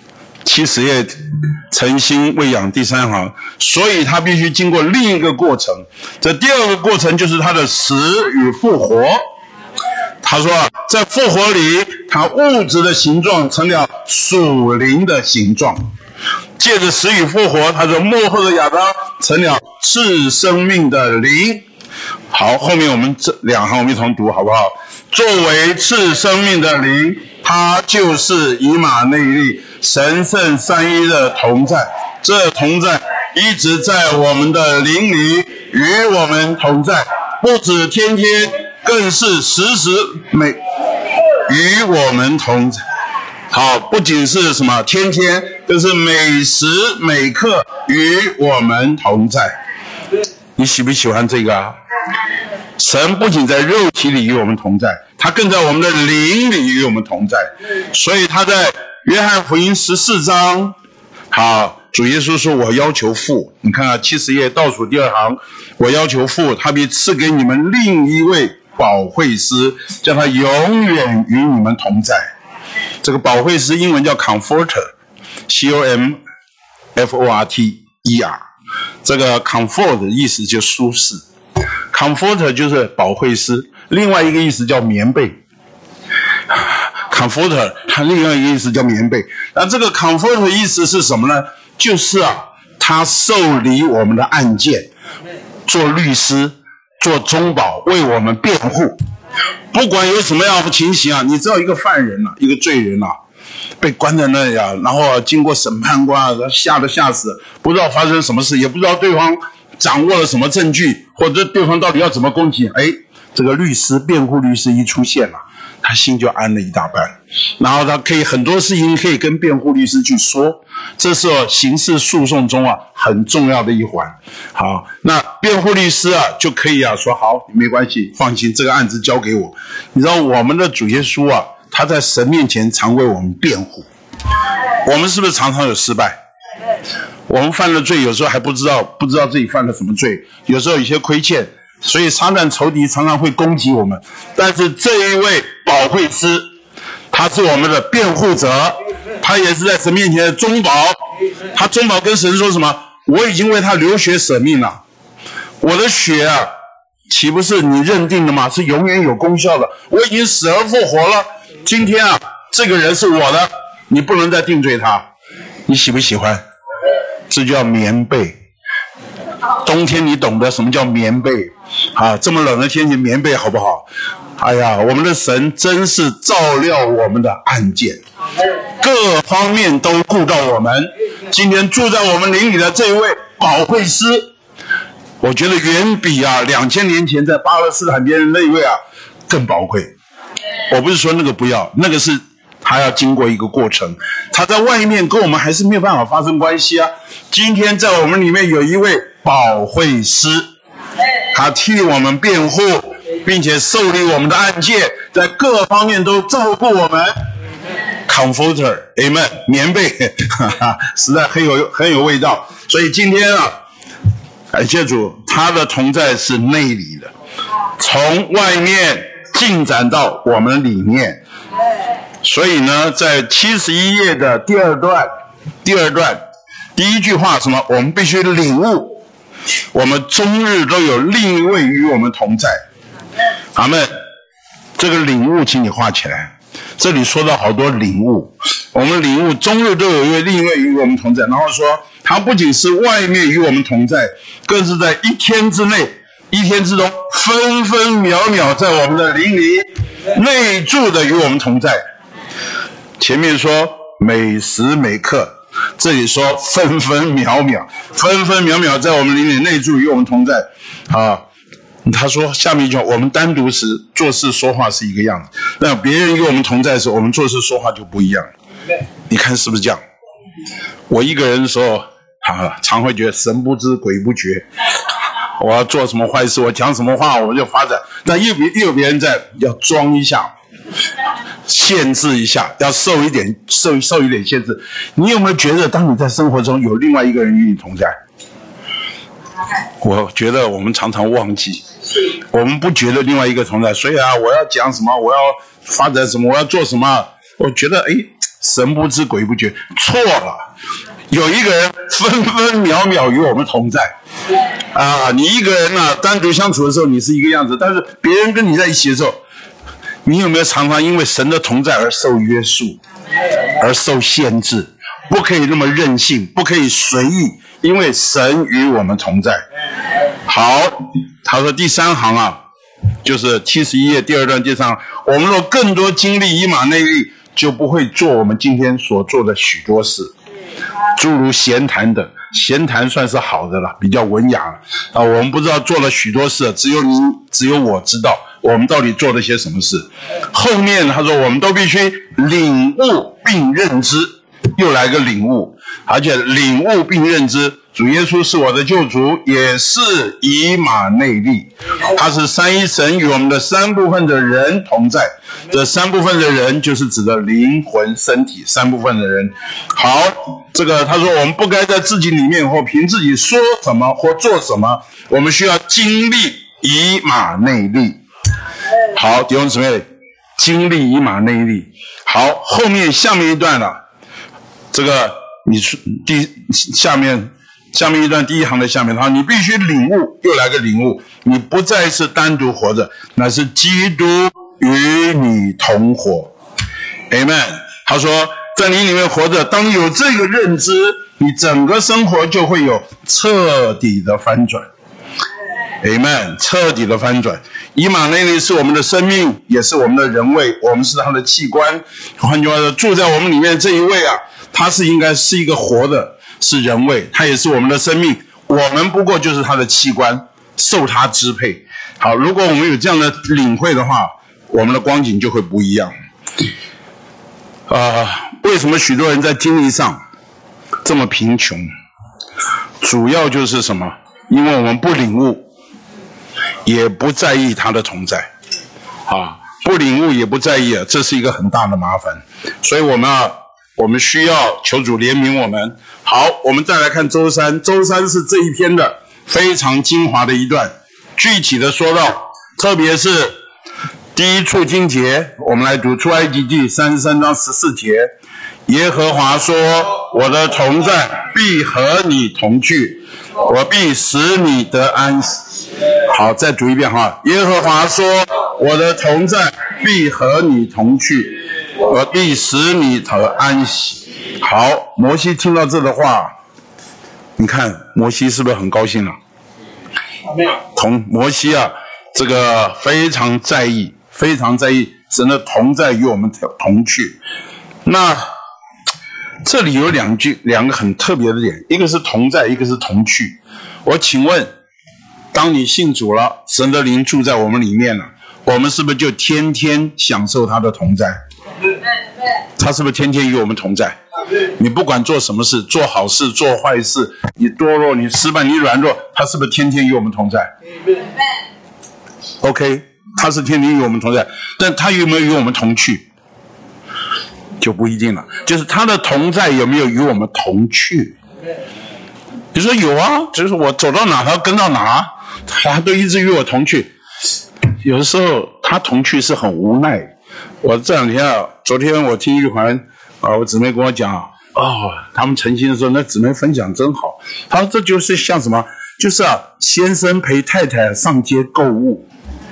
70页诚心喂养第3行，所以他必须经过另一个过程。这第2个过程就是他的死与复活。他说在复活里，他物质的形状成了属灵的形状。借着死与复活，他说末后的亚当成了赐生命的灵。好，后面我们这2行我们一同读好不好？作为赐生命的灵，他就是以马内利，神圣三一的同在。这同在一直在我们的灵里与我们同在，不止天天，更是时时与我们同在。好，不仅是什么天天，更是每时每刻与我们同在。你喜不喜欢这个神不仅在肉体里与我们同在，他更在我们的灵里与我们同在。所以他在约翰福音14章，好，主耶稣说我要求父，你看70页倒数第2行，我要求父，他必赐给你们另一位保惠师，叫他永远与你们同在。这个保惠师英文叫 Comforter， C-O-M-F-O-R-T-E-R。 这个 Comfort 的意思就舒适， Comforter 就是保惠师。另外一个意思叫棉被， Comforter 它另外一个意思叫棉被。那这个 Comforter 的意思是什么呢？就是他受理我们的案件，做律师，做中保，为我们辩护。不管有什么样的情形你知道一个犯人一个罪人被关在那里然后经过审判官吓死，不知道发生什么事，也不知道对方掌握了什么证据，或者对方到底要怎么攻击。这个律师辩护律师一出现了，他心就安了一大半，然后他可以很多事情可以跟辩护律师去说，这是刑事诉讼中很重要的一环。好，那辩护律师就可以说好，没关系，放心，这个案子交给我。你知道我们的主耶稣他在神面前常为我们辩护。我们是不是常常有失败？我们犯了罪，有时候还不知道自己犯了什么罪，有时候有些亏欠，所以撒旦仇敌常常会攻击我们。但是这一位保惠师，他是我们的辩护者，他也是在神面前的中保。他中保跟神说什么？我已经为他流血舍命了，我的血岂不是你认定的吗？是永远有功效的，我已经死而复活了， 今天啊，这个人是我的，你不能再定罪他，你喜不喜欢？这叫棉被。冬天你懂得什么叫棉被啊？这么冷的天气，棉被好不好？哎呀，我们的神真是照料我们的案件，各方面都顾到我们。今天住在我们灵里的这一位保惠师，我觉得远比2000年前在巴勒斯坦边那一位更宝贵。我不是说那个不要，那个是他要经过一个过程，他在外面跟我们还是没有办法发生关系啊。今天在我们里面有一位保惠师，他替我们辩护，并且受理我们的案件，在各方面都照顾我们。Comforter， Amen， 棉被，实在很有味道。所以今天感谢主，他的同在是内里的，从外面进展到我们里面。所以呢，在71页的第二段第一句话什么？我们必须领悟，我们终日都有另一位与我们同在。阿们。这个领悟请你画起来，这里说到好多领悟，我们领悟终日都有另一位与我们同在，然后说他不仅是外面与我们同在，更是在一天之内一天之中分分秒秒在我们的灵里内住的与我们同在。前面说每时每刻，这里说分分秒秒在我们灵里内住与我们同在他说下面一句话，我们单独时做事说话是一个样子，那别人与我们同在的时候，我们做事说话就不一样。你看是不是这样？我一个人的时候常会觉得神不知鬼不觉，我要做什么坏事，我讲什么话我就发展，但又有别人在要装一下，限制一下，要受一点限制。你有没有觉得当你在生活中有另外一个人与你同在？我觉得我们常常忘记，我们不觉得另外一个同在，所以我要讲什么，我要发展什么，我要做什么，我觉得神不知鬼不觉，错了。有一个人分分秒秒与我们同在你一个人单独相处的时候你是一个样子，但是别人跟你在一起的时候，你有没有常常因为神的同在而受约束，而受限制，不可以那么任性，不可以随意，因为神与我们同在。好，他说第三行就是71页第二段第三行，我们若更多经历以马内利，就不会做我们今天所做的许多事，诸如闲谈等。闲谈算是好的了，比较文雅了我们不知道做了许多事，只有我知道我们到底做了些什么事。后面他说我们都必须领悟并认知，又来个领悟，而且领悟并认知主耶稣是我的救主，也是以马内利，他是三一神与我们的三部分的人同在。这三部分的人就是指的灵魂身体三部分的人。好，这个他说我们不该在自己里面或凭自己说什么或做什么，我们需要经历以马内利。好，弟兄姊妹，经历以马内利。好，下面一段这个下面一段第一行的下面，你必须领悟，又来个领悟，你不再是单独活着，乃是基督与你同活。 Amen。 他说在你里面活着，当有这个认知，你整个生活就会有彻底的翻转。 Amen。 彻底的翻转。以马内利是我们的生命，也是我们的人位，我们是他的器官。换句话说，住在我们里面这一位他是应该是一个活的，是人位，他也是我们的生命，我们不过就是他的器官，受他支配。好，如果我们有这样的领会的话，我们的光景就会不一样。为什么许多人在经历上这么贫穷？主要就是什么？因为我们不领悟，也不在意他的同在。不领悟也不在意这是一个很大的麻烦。所以我们需要求主怜悯我们。好，我们再来看周三。周三是这一篇的非常精华的一段，具体的说到，特别是第一处经节，我们来读出埃及记33章14节。耶和华说，我的同在必和你同去，我必使你得安息。好，再读一遍耶和华说，我的同在必和你同去， 我必使你得安息。好，摩西听到这的话，你看摩西是不是很高兴了？摩西啊，这个非常在意神的同在与我们同去。那这里有两个很特别的点，一个是同在，一个是同去。我请问，当你信主了，神的灵住在我们里面了，我们是不是就天天享受他的同在？他是不是天天与我们同在？你不管做什么事，做好事做坏事，你堕落你失败你软弱，他是不是天天与我们同在？ OK， 他是天天与我们同在，但他有没有与我们同去就不一定了。就是他的同在有没有与我们同去？你说有啊，就是我走到哪他跟到哪，他都一直与我同去。有的时候他同去是很无奈。我这两天啊，昨天我听玉环我姊妹跟我讲他们诚心的说，那姊妹分享真好。他说这就是像什么，就是先生陪太太上街购物，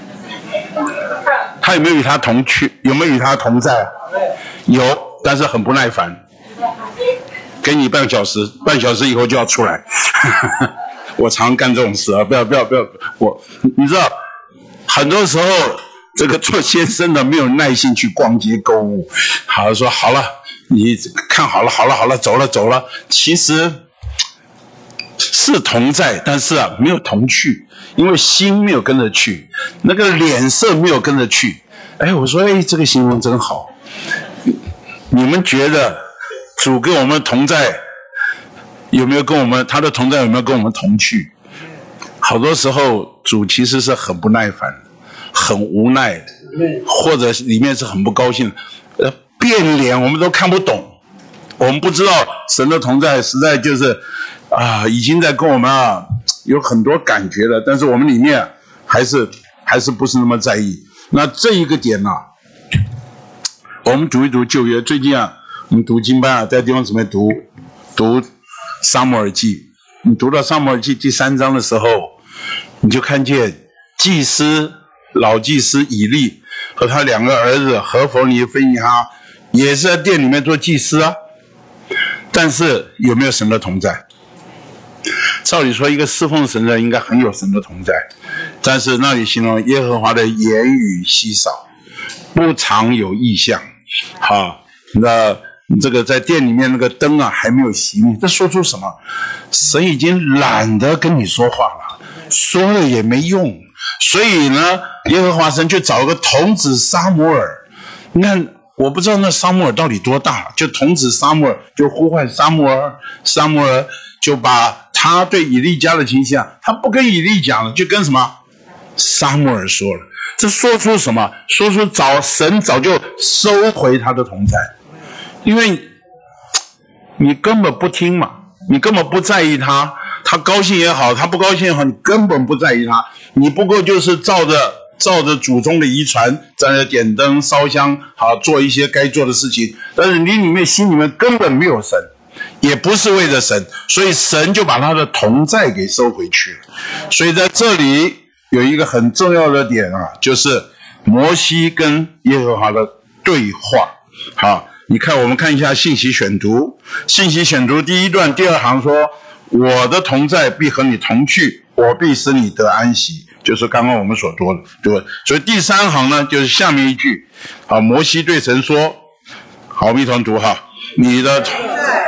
他有没有与他同去？有没有与他同在？有，但是很不耐烦，给你半小时以后就要出来。我常干这种事啊，不要，你知道，很多时候这个做先生的没有耐心去逛街购物，好说好了，你看好了，走了，其实是同在，但是没有同去，因为心没有跟着去，那个脸色没有跟着去。我说这个形容真好。你们觉得主跟我们同在有没有跟我们，他的同在有没有跟我们同去？好多时候主其实是很不耐烦，很无奈，或者里面是很不高兴，变脸我们都看不懂，我们不知道神的同在实在就是已经在跟我们有很多感觉了，但是我们里面还是不是那么在意。那这一个点我们读一读旧约。最近我们读经班在地方姊妹读撒母耳记。你读到撒母耳记第3章的时候，你就看见老祭司以利和他2个儿子何弗尼、非尼哈也是在殿里面做祭司但是有没有神的同在？照理说一个侍奉神的应该很有神的同在，但是那里形容耶和华的言语稀少，不常有异象。那这个在店里面那个灯还没有熄灭，这说出什么？神已经懒得跟你说话了，说了也没用。所以呢，耶和华神就找个童子撒母耳。你看，我不知道那撒母耳到底多大，就童子撒母耳就呼唤撒母耳就把他对以利家的情形他不跟以利讲了，就跟什么撒母耳说了。这说出什么？说出神早就收回他的同在，因为你根本不听嘛，你根本不在意他高兴也好，他不高兴也好，你根本不在意他，你不过就是照着祖宗的遗传，在那点灯烧香，做一些该做的事情，但是你心里面根本没有神，也不是为了神，所以神就把他的同在给收回去了。所以在这里有一个很重要的点就是摩西跟耶和华的对话。你看，我们看一下信息选读第一段第2行说，我的同在必和你同去，我必使你得安息，就是刚刚我们所说的，对吧？所以第3行呢，就是下面一句摩西对神说，好，我们一同读你的同在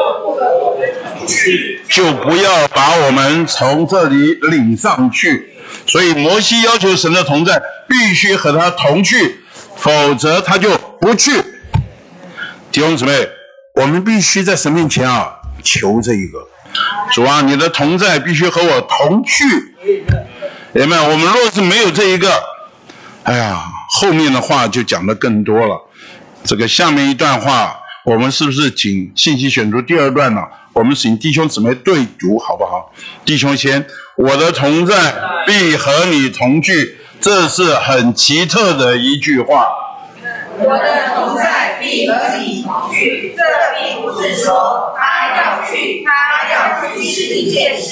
就不要把我们从这里领上去。所以摩西要求神的同在必须和他同去，否则他就不去。弟兄姊妹，我们必须在神面前求这一个，主你的同在必须和我同去。我们若是没有这一个，后面的话就讲得更多了。这个下面一段话，我们是不是请信息选读第2段呢？我们请弟兄姊妹对读好不好？弟兄先，我的同在必和你同去，这是很奇特的一句话。 我的同在必和你同去，这并不是说他要去实一件事，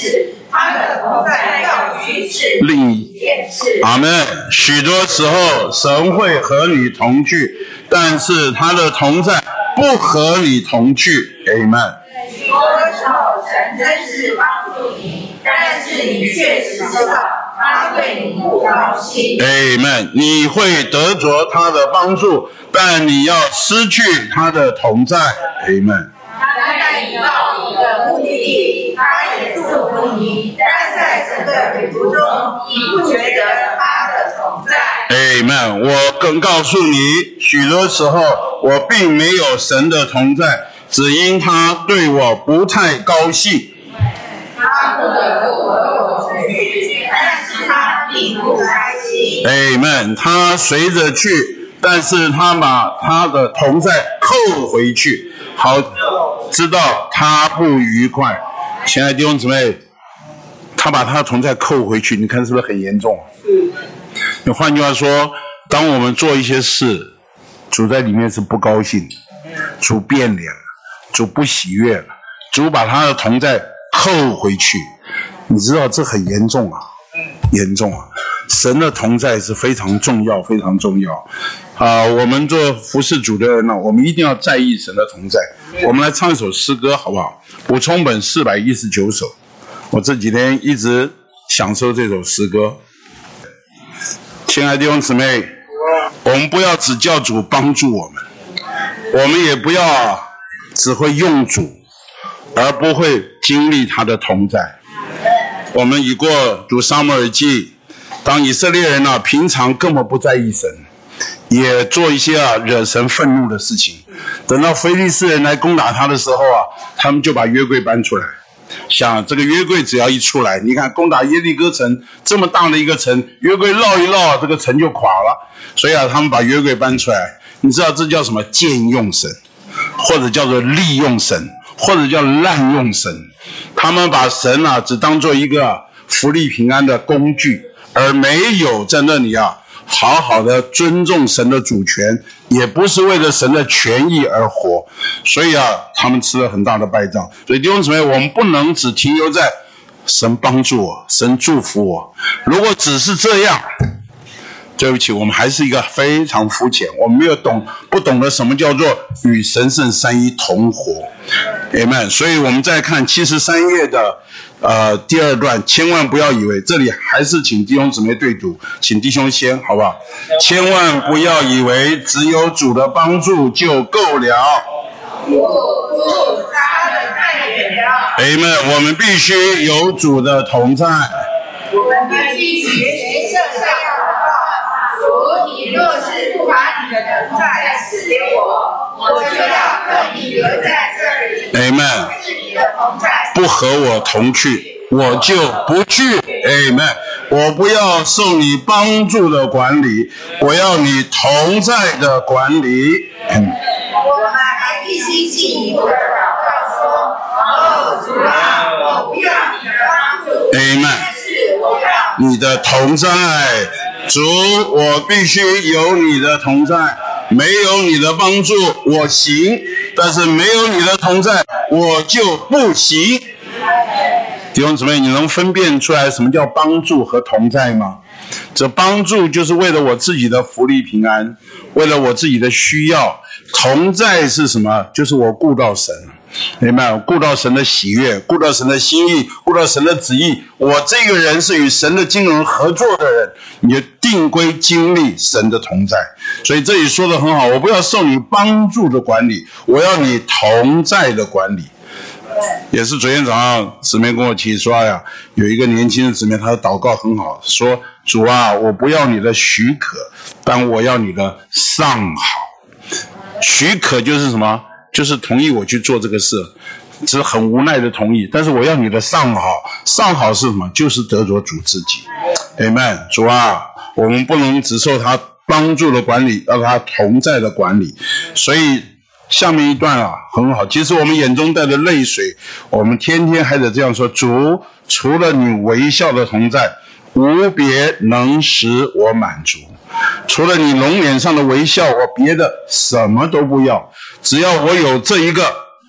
他的同在要去是另一件事。 阿们。许多时候神会和你同去，但是他的同在不和你同去。阿们。 许多时候神真是帮助你，但是你确实知道他对你不高兴。 阿们。你会得着他的帮助，但你要失去他的同在。阿们。 他带你到你的目的地，他也祝福你，但在整个旅途中，你不觉得他的同在。 阿们。我更告诉你，许多时候我并没有神的同在，只因他对我不太高兴。 他不得不和我出去，但是他并不开心。 阿们。他随着去，但是他把他的同在扣回去，好知道他不愉快。亲爱的弟兄姊妹，他把他的同在扣回去，你看是不是很严重？那换句话说，当我们做一些事，主在里面是不高兴，主变脸了，主不喜悦了，主把他的同在扣回去，你知道这很严重啊，严重啊！神的同在是非常重要，非常重要我们做服侍主的人呢，我们一定要在意神的同在。我们来唱一首诗歌好不好？补充本419首，我这几天一直享受这首诗歌。亲爱的弟兄姊妹，我们不要只叫主帮助我们，我们也不要只会用主而不会经历他的同在。我们已过读撒母耳记，当以色列人平常根本不在意神，也做一些惹神愤怒的事情，等到非利士人来攻打他的时候他们就把约柜搬出来，想这个约柜只要一出来，你看攻打耶利哥城这么大的一个城，约柜绕一绕这个城就垮了，所以他们把约柜搬出来。你知道这叫什么？僭用神，或者叫做利用神，或者叫滥用神。他们把神只当做一个福利平安的工具，而没有在那里好好的尊重神的主权，也不是为了神的权益而活，所以他们吃了很大的败仗。所以弟兄姊妹，我们不能只停留在神帮助我，神祝福我。如果只是这样，对不起，我们还是一个非常肤浅，我们没有不懂得什么叫做与神圣三一同活。Amen。所以我们再看73页的第二段，千万不要以为，这里还是请弟兄姊妹对读，请弟兄先好不好？千万不要以为只有主的帮助就够了。 主差得太远了。 Amen。我们必须有主的同在。 我们必须学设下祷告，主，你若是不把你的同在赐给我，我就要跟你留在这里。 Amen。 是你的同在不和我同去，我就不去。Amen。我不要受你帮助的管理，我要你同在的管理。 我们还必须进一步的祷告说：哦，主啊，我不要你的帮助， Amen。 但是我要你的同在，主，我必须有你的同在。没有你的帮助我行，但是没有你的同在我就不行。弟兄姊妹，你能分辨出来什么叫帮助和同在吗？这帮助就是为了我自己的福利平安，为了我自己的需要。同在是什么？就是我顾到神，明白？顾到神的喜悦，顾到神的心意，顾到神的旨意。我这个人是与神的经纶合作的人，你就定规经历神的同在。所以这里说得很好，我不要受你帮助的管理，我要你同在的管理。也是昨天早上姊妹跟我提说有一个年轻的姊妹，她的祷告很好，说主啊，我不要你的许可，但我要你的上好。许可就是什么？就是同意我去做这个事，只是很无奈的同意，但是我要你的上好。上好是什么？就是得着主自己。Amen。主啊，我们不能只受他帮助的管理，要他同在的管理。所以下面一段很好，其实我们眼中带着泪水，我们天天还得这样说：主，除了你微笑的同在，无别能使我满足。除了你容脸上的微笑，我别的什么都不要，只要我有这一个，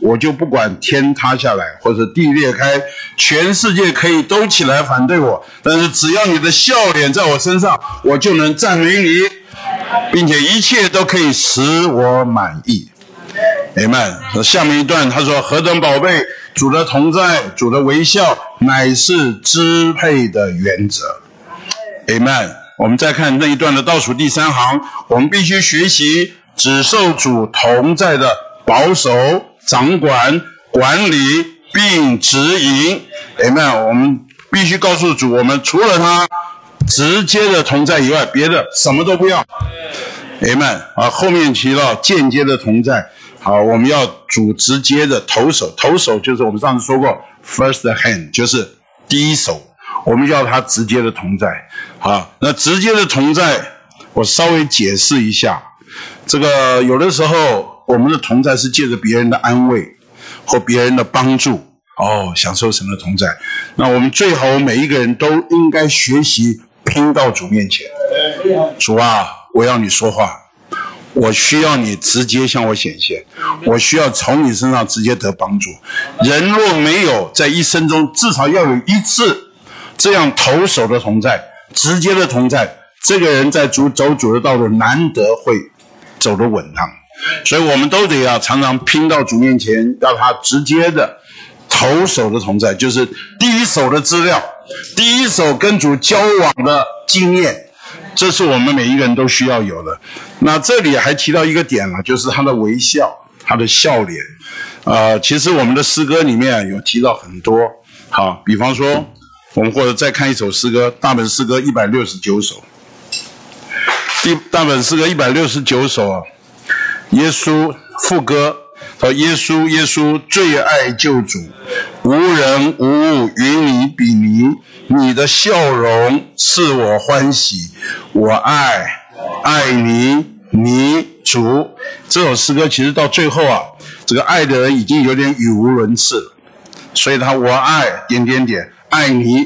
我就不管天塌下来或者地裂开，全世界可以都起来反对我，但是只要你的笑脸在我身上，我就能赞美你，并且一切都可以使我满意。Amen。下面一段他说，何等宝贝，主的同在，主的微笑乃是支配的原则。Amen。我们再看那一段的倒数第3行，我们必须学习只受主同在的保守、掌管、管理并指引。Amen。我们必须告诉主，我们除了他直接的同在以外，别的什么都不要。Amen。后面提到间接的同在。好，我们要主直接的投手，投手就是我们上次说过 first hand， 就是第一手，我们要他直接的同在。好，那直接的同在我稍微解释一下，这个有的时候我们的同在是借着别人的安慰或别人的帮助，享受神的同在。那我们最好每一个人都应该学习拼到主面前，主啊，我要你说话，我需要你直接向我显现，我需要从你身上直接得帮助。人若没有在一生中至少要有一次这样投手的同在，直接的同在，这个人在走主的道路难得会走得稳当。所以我们都得要常常拼到主面前，要他直接的投手的同在，就是第一手的资料，第一手跟主交往的经验，这是我们每一个人都需要有的。那这里还提到一个点了，就是他的微笑，他的笑脸。其实我们的诗歌里面有提到很多。好，比方说我们或者再看一首诗歌，大本诗歌169首。大本诗歌169首耶稣副歌说，耶稣耶稣最爱救主，无人无物与你比拟，你的笑容使我欢喜，我爱你主。这首诗歌其实到最后这个爱的人已经有点语无伦次了，所以他我爱爱你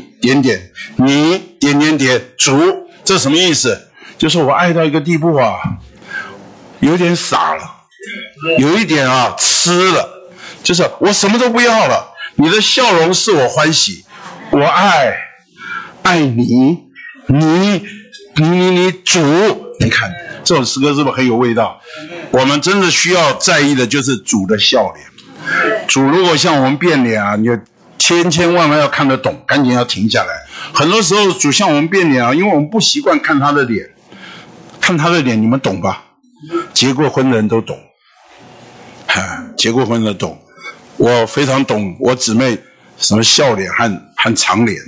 你主，这什么意思？就是我爱到一个地步有点傻了，有一点痴了，就是我什么都不要了，你的笑容使我欢喜，我爱你主。你看这首诗歌是不是很有味道？我们真的需要在意的就是主的笑脸。主如果向我们变脸你就千万要看得懂，赶紧要停下来。很多时候主向我们变脸因为我们不习惯看他的脸，看他的脸你们懂吧？结过婚的人都懂，结过婚的懂。我非常懂我姊妹什么笑脸和长脸。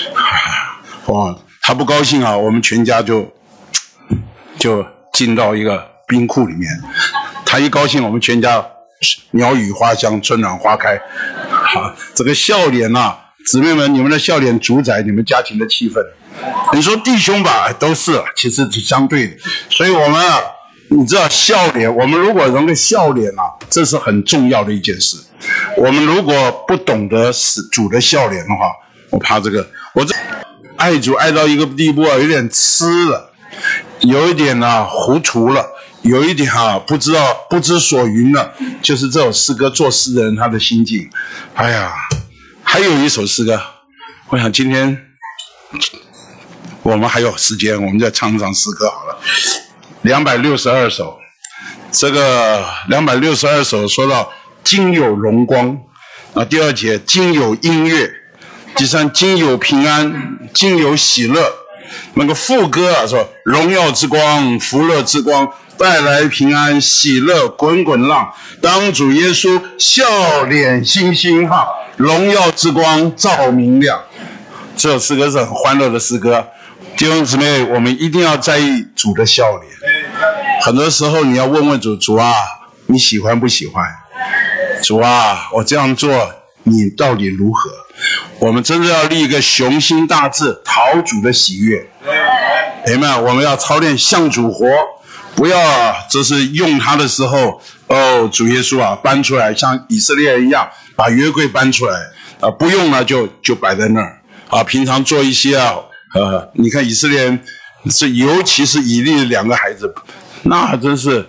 她不高兴我们全家就进到一个冰库里面。她一高兴，我们全家鸟语花香，春暖花开。这个笑脸姊妹们，你们的笑脸主宰你们家庭的气氛。你说弟兄吧，都是其实是相对的。所以我们你知道笑脸，我们如果能够笑脸这是很重要的一件事。我们如果不懂得主的笑脸的话，我怕我这爱主爱到一个地步有点痴了，有一点糊涂了，有一点不知所云了。就是这首诗歌作诗的人他的心境。还有一首诗歌，我想今天我们还有时间，我们再唱一唱诗歌好了。262首，这个262首说到今有荣光第二节今有音乐，第三今有平安，今有喜乐。那个副歌说荣耀之光，福乐之光，带来平安喜乐滚滚浪，当主耶稣笑脸星星放，荣耀之光照明亮。这首诗歌是很欢乐的诗歌。弟兄姊妹，我们一定要在意主的笑脸。很多时候你要问问主你喜欢不喜欢？主我这样做你到底如何？我们真的要立一个雄心大志，讨主的喜悦。Amen。我们要操练向主活，不要这是用他的时候主耶稣搬出来，像以色列人一样把约柜搬出来不用了就摆在那儿平常做一些你看以色列人尤其是以利的2个孩子，那真是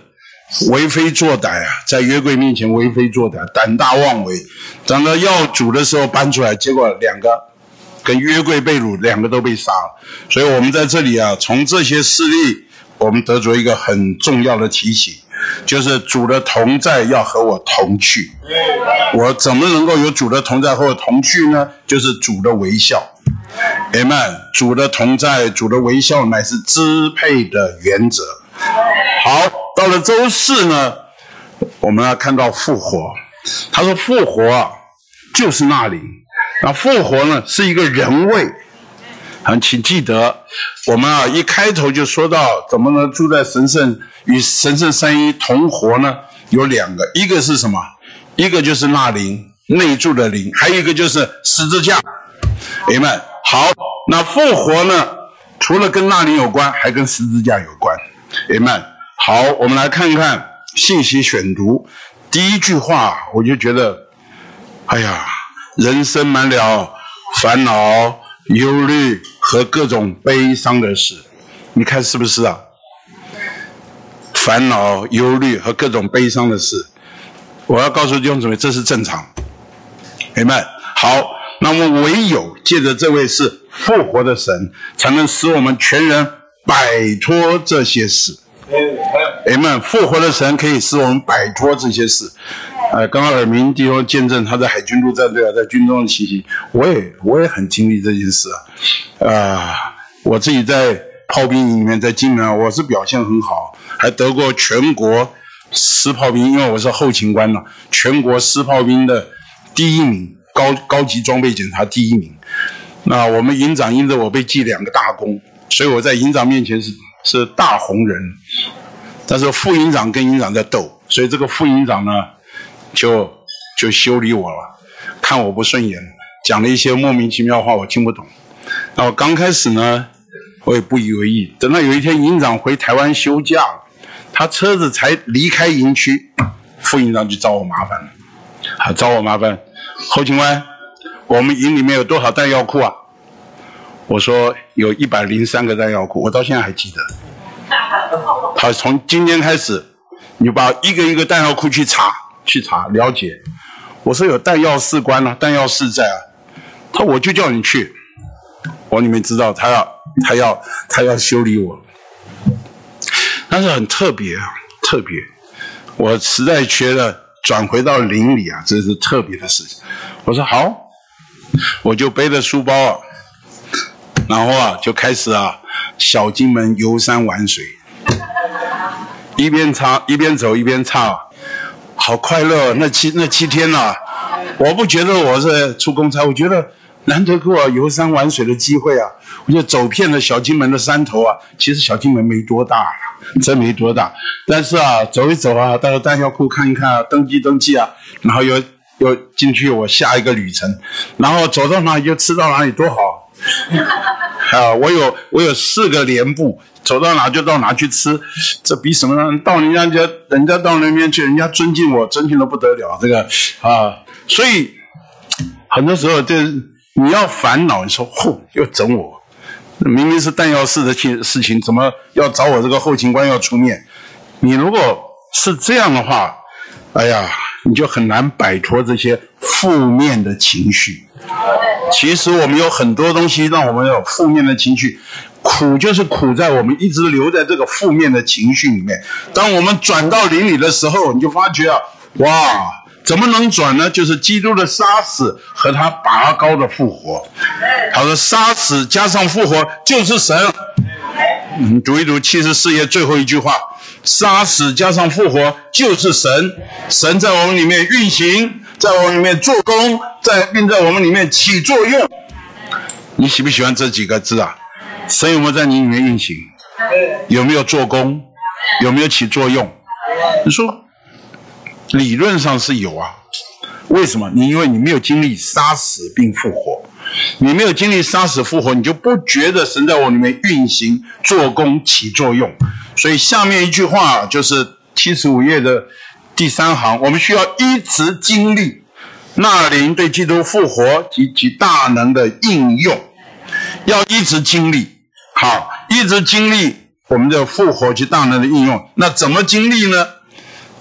为非作歹啊，在约柜面前为非作歹，胆大妄为。等到要主的时候搬出来，结果两个跟约柜被掳，两个都被杀了。所以我们在这里啊，从这些事例，我们得着一个很重要的提醒，就是主的同在要和我同去。我怎么能够有主的同在和我同去呢？就是主的微笑。Amen。主的同在，主的微笑乃是支配的原则。好，到了周四呢，我们要看到复活。他说复活啊，就是那灵。那复活呢，是一个人位。请记得，我们啊一开头就说到，怎么能住在神圣与神圣三一同活呢？有两个，一个是什么？一个就是那灵，内住的灵，还有一个就是十字架。Amen。好，那复活呢，除了跟那灵有关，还跟十字架有关。Amen。好，我们来看看信息选读。第一句话，我就觉得，哎呀，人生满了烦恼、忧虑和各种悲伤的事，你看是不是啊？烦恼、忧虑和各种悲伤的事，我要告诉弟兄姊妹，这是正常。Amen。好，那么唯有借着这位是复活的神，才能使我们全人摆脱这些事。Amen。复活的神可以使我们摆脱这些事。刚刚耳鸣弟兄见证他在海军陆战队啊，在军中的奇迹，我也很经历这件事啊。我自己在炮兵营里面，在金门啊，我是表现很好，还得过全国师炮兵，因为我是后勤官了，全国师炮兵的第一名，高级装备检查第一名。那我们营长因着我被记2个大功，所以我在营长面前是大红人。但是副营长跟营长在斗，所以这个副营长呢就修理我了，看我不顺眼，讲了一些莫名其妙的话，我听不懂。那我刚开始呢，我也不以为意。等到有一天营长回台湾休假了，他车子才离开营区，副营长就找我麻烦了。找我麻烦，后勤官，我们营里面有多少弹药库啊？我说有103个弹药库，我到现在还记得。好，从今天开始，你把一个一个弹药库去查了解。我说有弹药士官啊，弹药士在啊。我就叫你去。你们知道他要修理我，但是很特别啊，特别。我实在觉得转回到灵里啊，这是特别的事情。我说好，我就背着书包啊，然后啊就开始啊小金门游山玩水。一边走一边唱，好快乐。那七天啊，我不觉得我是出公差，我觉得难得给我游山玩水的机会啊。我就走遍了小金门的山头啊，其实小金门没多大啊，真没多大。但是啊，走一走啊，到了弹药库看一看啊，登记啊，然后又进去我下一个旅程，然后走到哪里就吃到哪里，多好。我有4个连部，走到哪就到哪去吃，这比什么呢？到人家到那边去，人家尊敬我，尊敬得不得了，这个所以很多时候你要烦恼，你说又整我，明明是弹药室的事情，怎么要找我这个后勤官要出面？你如果是这样的话，哎呀，你就很难摆脱这些负面的情绪。其实我们有很多东西让我们有负面的情绪，苦就是苦在我们一直留在这个负面的情绪里面。当我们转到灵里的时候，你就发觉啊，哇，怎么能转呢？就是基督的杀死和他拔高的复活。他说杀死加上复活就是神。读一读74页最后一句话，杀死加上复活就是神。神在我们里面运行，在我们里面做工，并在我们里面起作用。你喜不喜欢这几个字啊？神有没有在你里面运行？有没有做工？有没有起作用？你说理论上是有啊。为什么？因为你没有经历杀死并复活。你没有经历杀死复活，你就不觉得神在我里面运行做工起作用。所以下面一句话就是75页的第3行，我们需要一直经历那灵对基督复活及其大能的应用，要一直经历。好，一直经历我们的复活及大能的应用。那怎么经历呢？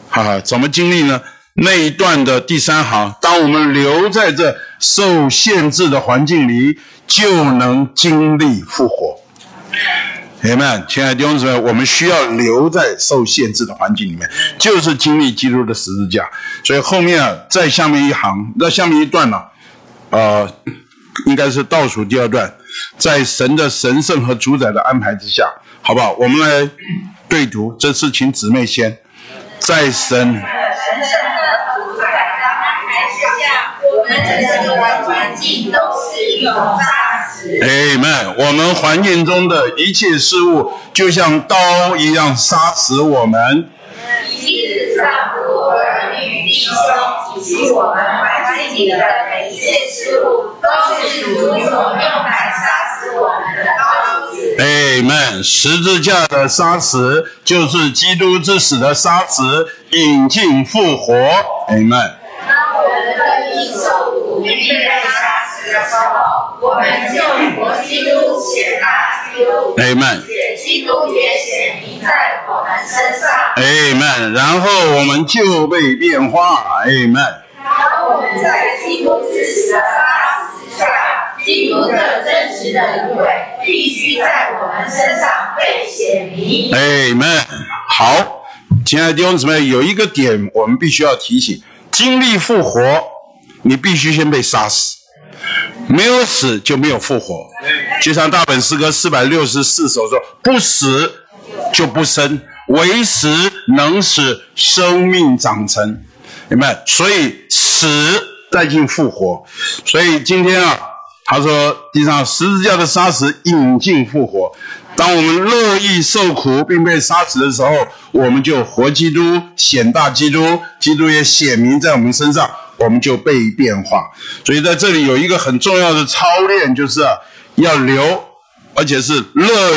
怎么经历呢？那一段的第3行，当我们留在这受限制的环境里，就能经历复活。Amen， 亲爱的弟兄姊妹，我们需要留在受限制的环境里面，就是经历基督的十字架。所以后面在下面一行，在下面一段呢，应该是倒数第2段，在神的神圣和主宰的安排之下，好不好？我们来对读，这次请姊妹先。在神我们整个环境都是一种扎实。 Amen， 我们环境中的一切事物，就像刀一样杀死我们。 妻子、丈夫、儿女、弟兄，以及我们环境里的每一切事物，都是主所用来杀死我们的刀子。 Amen， 十字架的杀死，就是基督之死的杀死，引进复活。Amen。 当我们的义受苦并被杀死的时候，我们就活基督，显大基督。 Amen。 基督也显明在我们身上。 Amen。然后我们就被变化。Amen。 当我们在基督之死的杀死下，基督的真实的灵位必须在我们身上被显明。 Amen。好，亲爱的弟兄姊妹，有一个点我们必须要提醒。经历复活，你必须先被杀死，没有死就没有复活。就像大本诗歌464首说，不死就不生，唯死能使生命长成。明白？所以死带进复活。所以今天他说地上十字架的杀死引进复活。当我们乐意受苦并被杀死的时候，我们就活基督，显大基督，基督也显明在我们身上，我们就被变化。所以在这里有一个很重要的操练，就是要留，而且是乐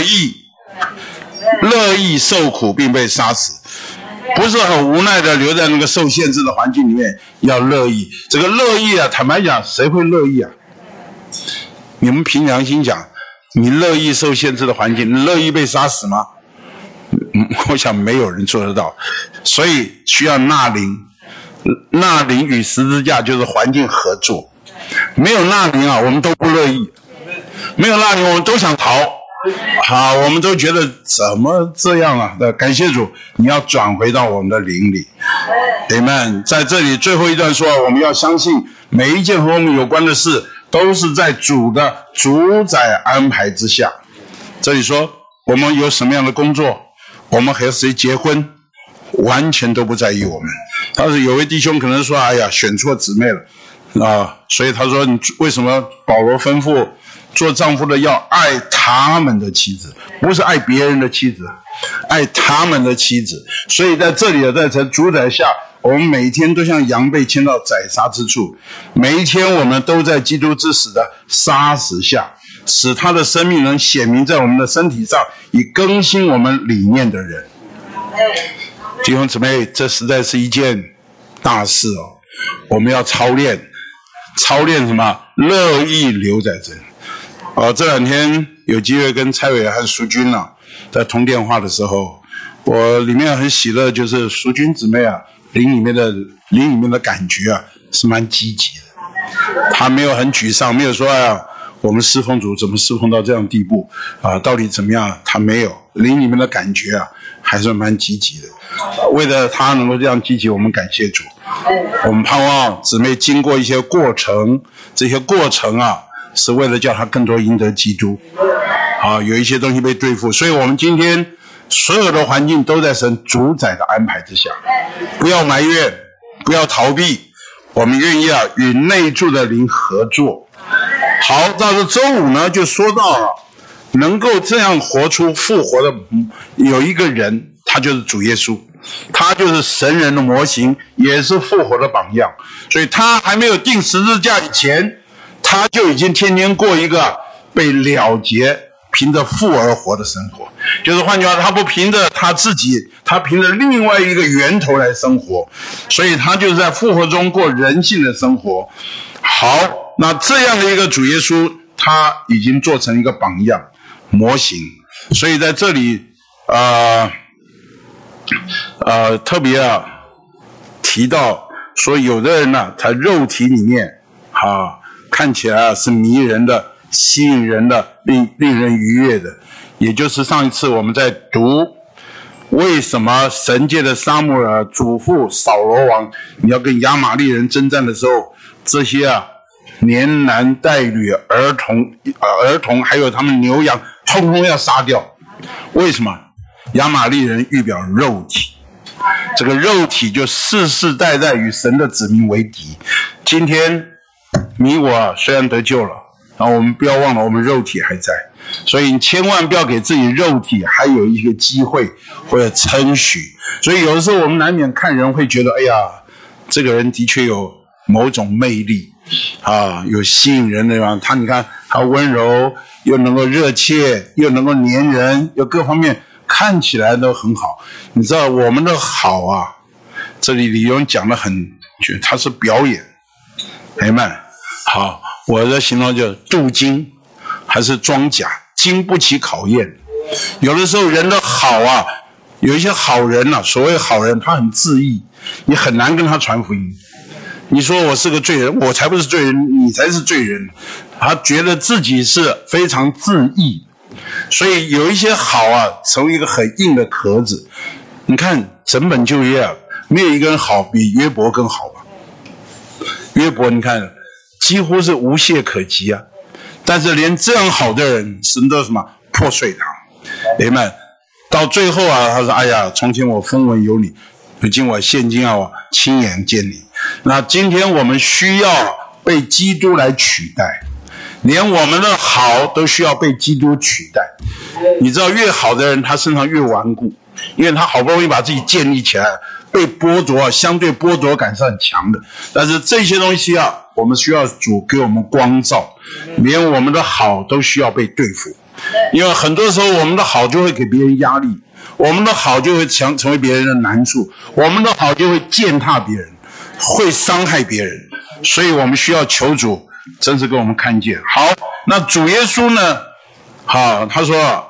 意受苦并被杀死，不是很无奈的留在那个受限制的环境里面，要乐意。这个乐意坦白讲，谁会乐意你们凭良心讲，你乐意受限制的环境，你乐意被杀死吗？我想没有人做得到，所以需要纳灵。纳灵与十字架就是环境合作，没有纳灵我们都不乐意，没有纳灵我们都想逃。我们都觉得怎么这样感谢主，你要转回到我们的灵里。Amen。在这里最后一段说，我们要相信每一件和我们有关的事都是在主的主宰安排之下。这里说我们有什么样的工作，我们和谁结婚，完全都不在意我们。但是有位弟兄可能说，哎呀，选错姊妹了所以他说，你为什么保罗吩咐做丈夫的要爱他们的妻子，不是爱别人的妻子，爱他们的妻子。所以在这里在主宰下，我们每一天都像羊被牵到宰杀之处，每一天我们都在基督之死的杀死下，使他的生命能显明在我们的身体上，以更新我们里面的人。弟兄姊妹，这实在是一件大事我们要操练什么？乐意留在这里。这两天有机会跟蔡伟和淑君在通电话的时候，我里面很喜乐，就是淑君姊妹灵里面的感觉是蛮积极的。她没有很沮丧，没有说我们侍奉主怎么侍奉到这样的地步到底怎么样？她没有，灵里面的感觉还是蛮积极的。为了她能够这样积极，我们感谢主。我们盼望姊妹经过一些过程，这些过程是为了叫她更多赢得基督。有一些东西被对付，所以我们今天所有的环境都在神主宰的安排之下。不要埋怨，不要逃避，我们愿意与内住的灵合作。好，到了周五呢，就说到能够这样活出复活的有一个人，他就是主耶稣，他就是神人的模型，也是复活的榜样。所以他还没有钉十字架以前，他就已经天天过一个被了结凭着父而活的生活。就是换句话，他不凭着他自己，他凭着另外一个源头来生活，所以他就是在复活中过人性的生活。好，那这样的一个主耶稣，他已经做成一个榜样模型。所以在这里特别提到说，有的人呢，他肉体里面看起来是迷人的、吸引人的、令人愉悦的，也就是上一次我们在读为什么神界的撒母耳嘱咐扫罗王，你要跟亚玛力人征战的时候，这些年男带女儿童还有他们牛羊通通要杀掉。为什么？亚玛力人预表肉体，这个肉体就世世代代与神的子民为敌。今天你我虽然得救了，然后我们不要忘了我们肉体还在，所以你千万不要给自己肉体还有一个机会或者称许。所以有的时候我们难免看人会觉得，哎呀，这个人的确有某种魅力有吸引人的地方。他你看他温柔，又能够热切，又能够黏人，又各方面看起来都很好。你知道我们的好这里李勇讲得很，他是表演，明白？好，我的形容就是镀金还是装甲，经不起考验。有的时候人的好有一些好人所谓好人他很自义，你很难跟他传福音。你说我是个罪人，我才不是罪人，你才是罪人。他觉得自己是非常自义，所以有一些好成为一个很硬的壳子。你看整本旧约没有一个人好比约伯更好吧？约伯你看几乎是无懈可击但是连这样好的人，神都什么破碎他。明白？到最后他说：“哎呀，从前我风闻有你，如今我现今我亲眼见你。”那今天我们需要被基督来取代，连我们的好都需要被基督取代。你知道越好的人他身上越顽固，因为他好不容易把自己建立起来，被剥夺相对剥夺感是很强的。但是这些东西我们需要主给我们光照，连我们的好都需要被对付。因为很多时候我们的好就会给别人压力，我们的好就会成为别人的难处，我们的好就会践踏别人，会伤害别人。所以我们需要求主真是给我们看见。好，那主耶稣呢他说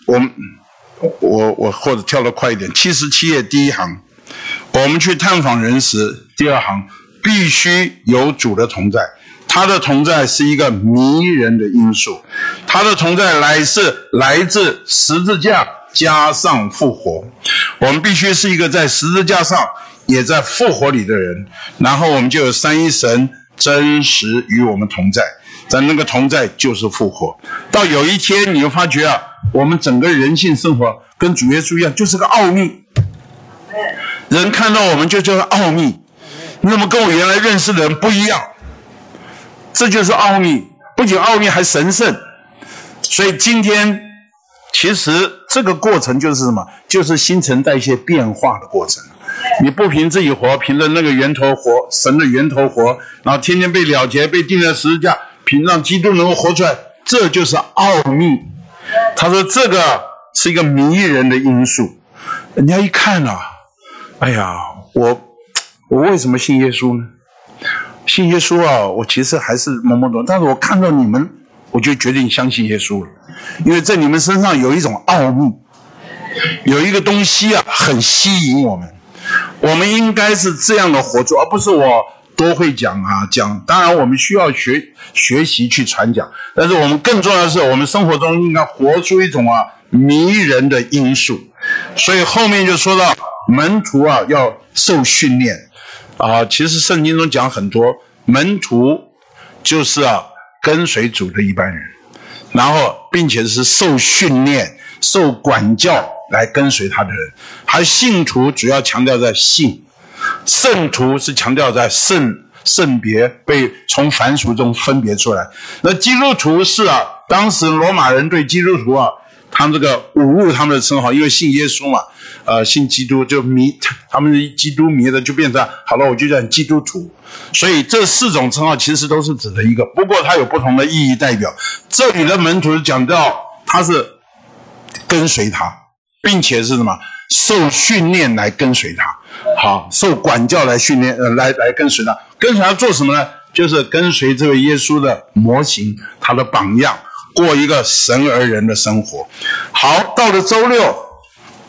我或者跳得快一点，77页第一行，我们去探访人时，第二行，必须有主的同在。他的同在是一个迷人的因素，他的同在来自十字架加上复活。我们必须是一个在十字架上也在复活里的人，然后我们就有三一神真实与我们同在，在那个同在就是复活。到有一天你会发觉我们整个人性生活跟主耶稣一样，就是个奥秘。人看到我们就叫奥秘，那么跟我原来认识的人不一样，这就是奥秘。不仅奥秘还神圣。所以今天其实这个过程就是什么？就是新陈代谢变化的过程。你不凭自己活，凭着那个源头活，神的源头活，然后天天被了结，被钉在十字架，凭让基督能够活出来，这就是奥秘。他说这个是一个迷人的因素。人家一看哎呀，我为什么信耶稣呢？信耶稣我其实还是懵懵懂，但是我看到你们，我就决定相信耶稣了。因为在你们身上有一种奥秘，有一个东西很吸引我们。我们应该是这样的活出，而不是我都会讲。当然我们需要学习去传讲，但是我们更重要的是，我们生活中应该活出一种迷人的因素。所以后面就说到门徒要受训练其实圣经中讲很多，门徒就是跟随主的一般人，然后并且是受训练、受管教来跟随他的人。还信徒主要强调在信，圣徒是强调在圣别，被从凡俗中分别出来。那基督徒是当时罗马人对基督徒他们这个侮辱他们的称号，因为信耶稣嘛，信基督就迷，他们基督迷的就变成好了，我就叫你基督徒。所以这4种称号其实都是指的一个，不过它有不同的意义代表。这里的门徒讲到他是跟随他，并且是什么？受训练来跟随他，好，受管教来训练，来跟随他。跟随他做什么呢？就是跟随这位耶稣的模型，他的榜样，过一个神而人的生活。好，到了周六，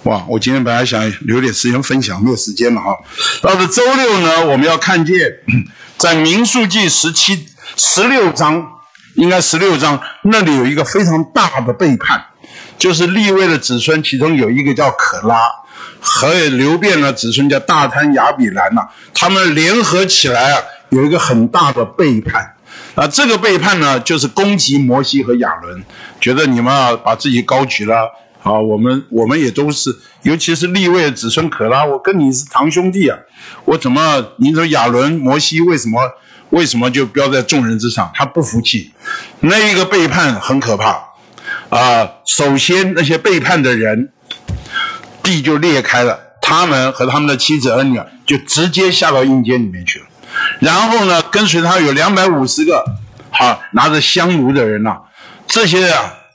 哇，我今天本来想留点时间分享，没有时间了哈。到了周六呢，我们要看见在民数记16章，应该16章，那里有一个非常大的背叛，就是利未的子孙，其中有一个叫可拉，和流便的子孙叫大滩亚比兰呐，他们联合起来啊，有一个很大的背叛。这个背叛呢，就是攻击摩西和亚伦，觉得你们啊把自己高举了。我们也都是，尤其是利未的子孙可拉，我跟你是堂兄弟啊，我怎么你说亚伦摩西为什么就标在众人之上？他不服气，那一个背叛很可怕首先那些背叛的人，地就裂开了，他们和他们的妻子儿女就直接下到阴间里面去了。然后呢，跟随他有250个拿着香炉的人这些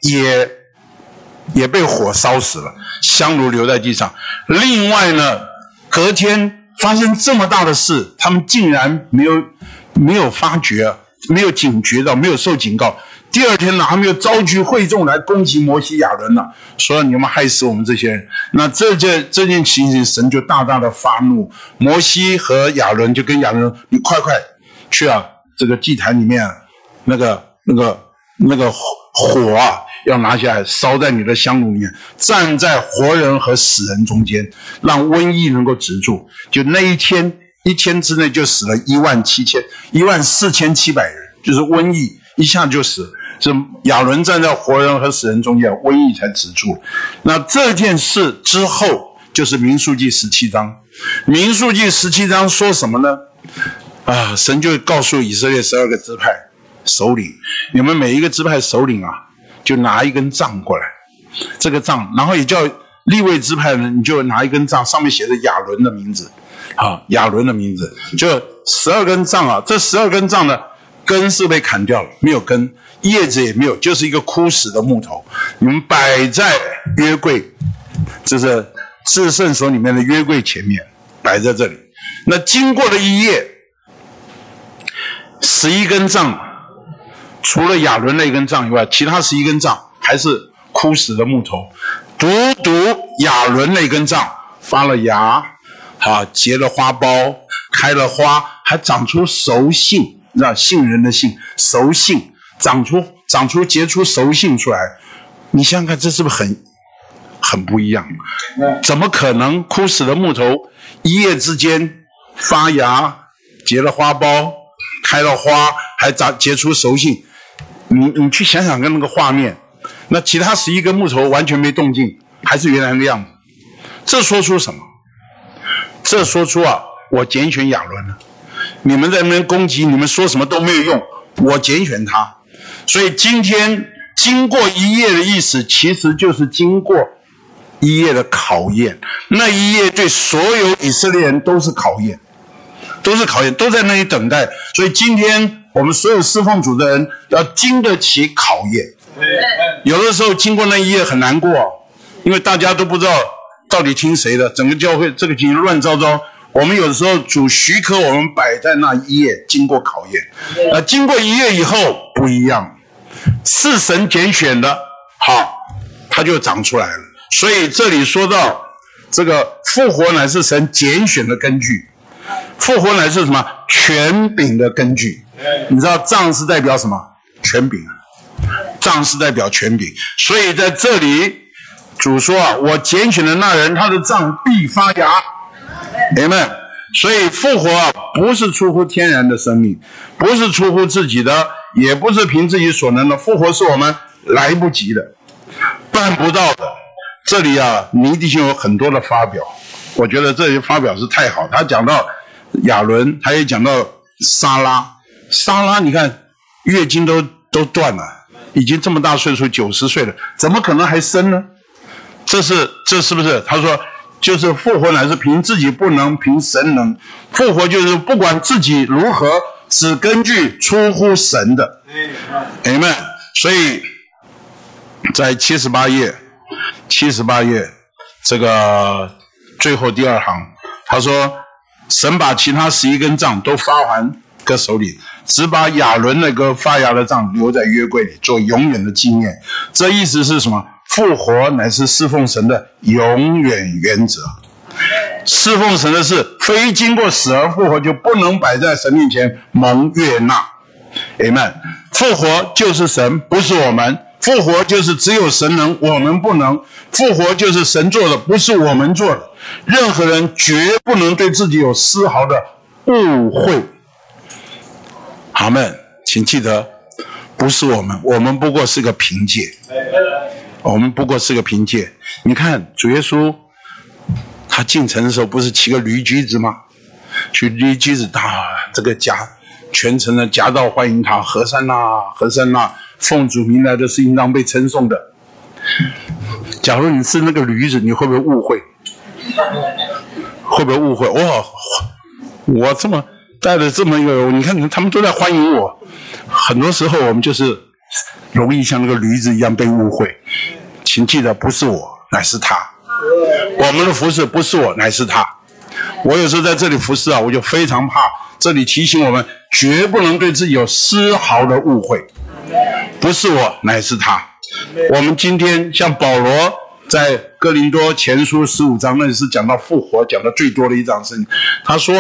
也被火烧死了，香炉留在地上。另外呢，隔天发生这么大的事，他们竟然没有发觉，没有警觉到，没有受警告。第二天呢，他们又召集会众来攻击摩西亚伦说你们害死我们这些人。那这件情形，神就大大的发怒。摩西和亚伦就跟亚伦，你快去这个祭坛里面那个火要拿下来，烧在你的香炉里面，站在活人和死人中间，让瘟疫能够止住。就那一天之内就死了14700人，就是瘟疫一下就死。是亚伦站在活人和死人中间，瘟疫才止住。那这件事之后就是民数记17章。民数记17章说什么呢？神就告诉以色列12个支派首领，你们每一个支派首领就拿一根杖过来，这个杖，然后也叫利未支派呢，你就拿一根杖，上面写着亚伦的名字，亚伦的名字，就12根杖这12根杖呢，根是被砍掉了，没有根，叶子也没有，就是一个枯死的木头，你们摆在约柜，就是至圣所里面的约柜前面，摆在这里。那经过了一夜，11根杖，除了亚伦那一根杖以外，其他11根杖还是枯死的木头。独亚伦那根杖发了芽，结了花苞，开了花，还长出熟杏，知道杏仁的杏，熟杏，长出结出熟杏出来。你想想看，这是不是很不一样？怎么可能枯死的木头一夜之间发芽，结了花苞，开了花，还结出熟杏？你去想想看那个画面，那其他11根木头完全没动静，还是原来的样子。这说出什么？这说出我拣选亚伦了，你们在那边攻击，你们说什么都没有用，我拣选他。所以今天经过一夜的意思，其实就是经过一夜的考验。那一夜对所有以色列人都是考验，都在那里等待。所以今天我们所有侍奉主的人要经得起考验。有的时候经过那一夜很难过，因为大家都不知道到底听谁的，整个教会这个情形乱糟糟。我们有的时候主许可我们摆在那一夜经过考验，经过一夜以后不一样，是神拣选的，它就长出来了。所以这里说到这个复活乃是神拣选的根据，复活乃是什么？权柄的根据。你知道杖是代表什么？权柄，杖是代表权柄。所以在这里主说我拣选的那人，他的杖必发芽。Amen。 所以复活不是出乎天然的生命，不是出乎自己的，也不是凭自己所能的，复活是我们来不及的，办不到的。这里倪弟兄有很多的发表，我觉得这些发表是太好。他讲到亚伦，他也讲到撒拉，你看月经都断了，已经这么大岁数90岁了，怎么可能还生呢？这是不是？他说就是复活乃是凭自己不能，凭神能。复活就是不管自己如何，只根据出乎神的。Amen。 所以在78页这个最后第二行，他说神把其他11根杖都发还各首领，只把亚伦那个发芽的杖留在约柜里，做永远的纪念。这意思是什么？ 复活乃是侍奉神的永远原则。侍奉神的事，非经过死而复活，就不能摆在神面前蒙悦纳。Amen。复活就是神，不是我们。复活就是只有神能，我们不能。复活就是神做的，不是我们做的。任何人绝不能对自己有丝毫的误会。阿们，请记得，不是我们，我们不过是个凭借。我们不过是个凭借。你看主耶稣他进城的时候不是骑个驴驹子吗？去驴驹子这个全城的夹道欢迎他，和散那和散那，奉主名来的是应当被称颂的。假如你是那个驴子，你会不会误会？会不会误会？哇，我这么带着这么一个，你看他们都在欢迎我。很多时候我们就是容易像那个驴子一样被误会。请记得，不是我，乃是他。我们的服事不是我，乃是他。我有时候在这里服事我就非常怕。这里提醒我们，绝不能对自己有丝毫的误会。不是我，乃是他。我们今天像保罗在哥林多前书15章，那里是讲到复活讲的最多的一章圣经。他说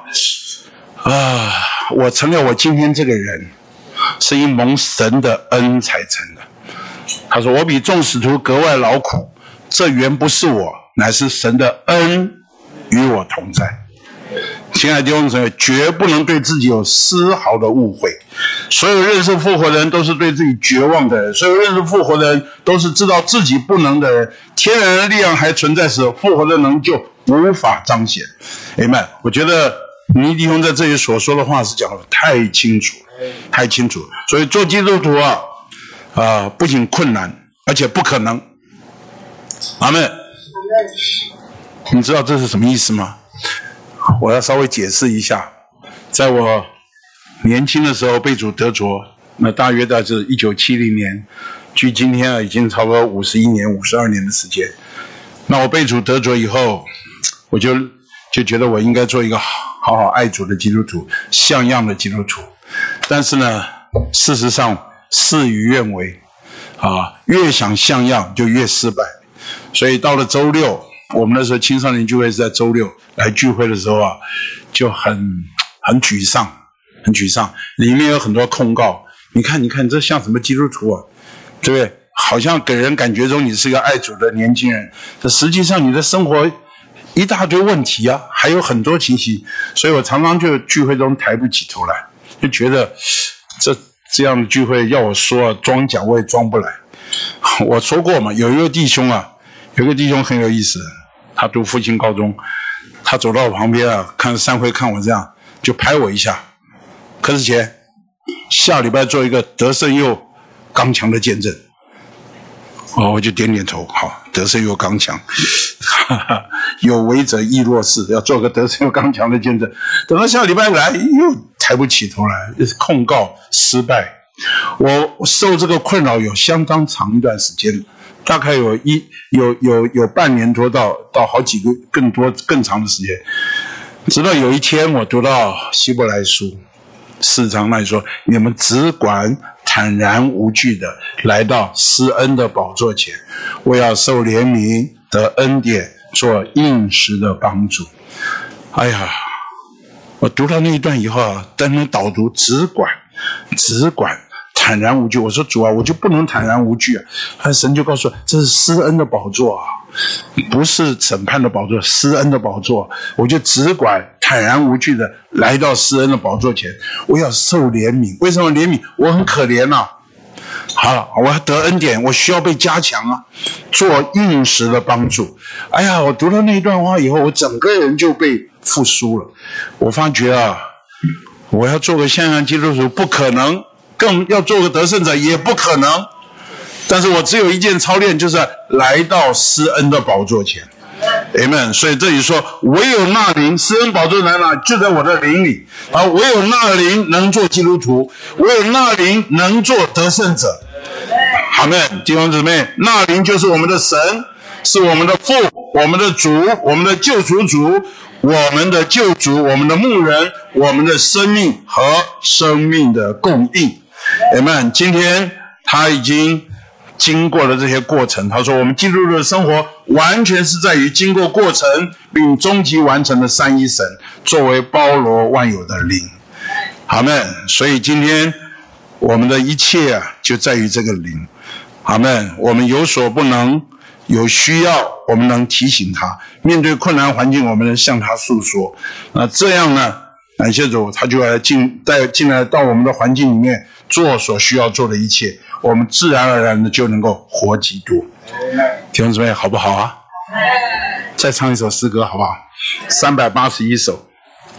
我成了我今天这个人，是因蒙神的恩才成的。他说我比众使徒格外劳苦，这原不是我，乃是神的恩与我同在。亲爱的弟兄姊妹，绝不能对自己有丝毫的误会。所有认识复活的人都是对自己绝望的人，所有认识复活的人都是知道自己不能的人。天然的力量还存在时，复活的能就无法彰显。Amen。我觉得尼弟兄在这里所说的话是讲的太清楚，太清楚。所以做基督徒不仅困难，而且不可能。阿们。你知道这是什么意思吗？我要稍微解释一下。在我年轻的时候被主得着，那大约在是1970年，距今天已经差不多51年、52年的时间。那我被主得着以后，我就觉得我应该做一个好好爱主的基督徒，像样的基督徒。但是呢，事实上事与愿违越想像样就越失败。所以到了周六，我们那时候青少年聚会是在周六来聚会的时候就很沮丧，很沮丧。里面有很多控告，你看这像什么基督徒对不对？好像给人感觉中你是个爱主的年轻人，这实际上你的生活一大堆问题还有很多情形。所以我常常就聚会中抬不起头来，就觉得这样的聚会要我说装讲我也装不来。我说过嘛，有一个弟兄很有意思，他读复兴高中，他走到我旁边看三辉看我这样，就拍我一下。柯志杰，下礼拜做一个得胜又刚强的见证。我就点点头，好，得胜又刚强，有为者亦若是，要做个得胜又刚强的见证。等到下礼拜来，又抬不起头来，控告失败。我受这个困扰有相当长一段时间，大概有半年多到好几个更长的时间。直到有一天我读到希伯来书4章那里说，你们只管坦然无惧的来到施恩的宝座前，为要受怜悯得恩典，做应时的帮助。哎呀，我读到那一段以后在那导读只管坦然无惧。我说主我就不能坦然无惧神就告诉我，这是施恩的宝座不是审判的宝座，施恩的宝座。我就只管坦然无惧的来到施恩的宝座前，我要受怜悯。为什么怜悯？我很可怜好，我要得恩典，我需要被加强做应时的帮助。哎呀，我读到那一段话以后，我整个人就被复苏了。我发觉我要做个像样基督徒不可能，更要做个得胜者也不可能。但是我只有一件操练，就是来到施恩的宝座前。Amen。 所以这里说，唯有那灵，施恩宝座在哪？就在我的灵里唯有那灵能做基督徒，唯有那灵能做得胜者。阿们。弟兄姊妹，那灵就是我们的神，是我们的父，我们的主，我们的救赎主，我们的救主，我们的牧人，我们的生命和生命的供应。Amen。 今天他已经经过了这些过程。他说我们基督徒的生活完全是在于经过过程并终极完成的三一神作为包罗万有的灵。阿们。所以今天我们的一切啊，就在于这个灵。阿们。我们有所不能，有需要我们能提醒他，面对困难环境我们能向他诉说。那这样呢，感谢主，他就来进来到我们的环境里面做所需要做的一切，我们自然而然的就能够活基督。弟兄姊妹好不好啊？再唱一首诗歌好不好？381首。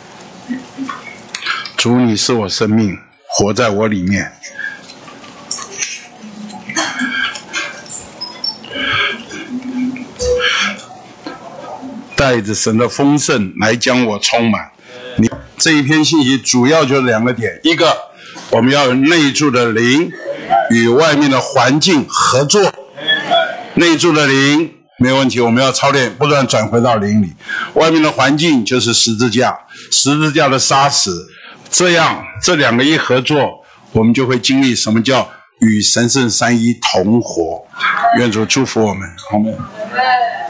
主你是我生命，活在我里面。带着神的丰盛来将我充满。这一篇信息主要就是2个点，一个我们要有内住的灵与外面的环境合作，内住的灵没有问题，我们要操练不断转回到灵里，外面的环境就是十字架的杀死，这样这2个一合作，我们就会经历什么叫与神圣三一同活。愿主祝福我们，阿们。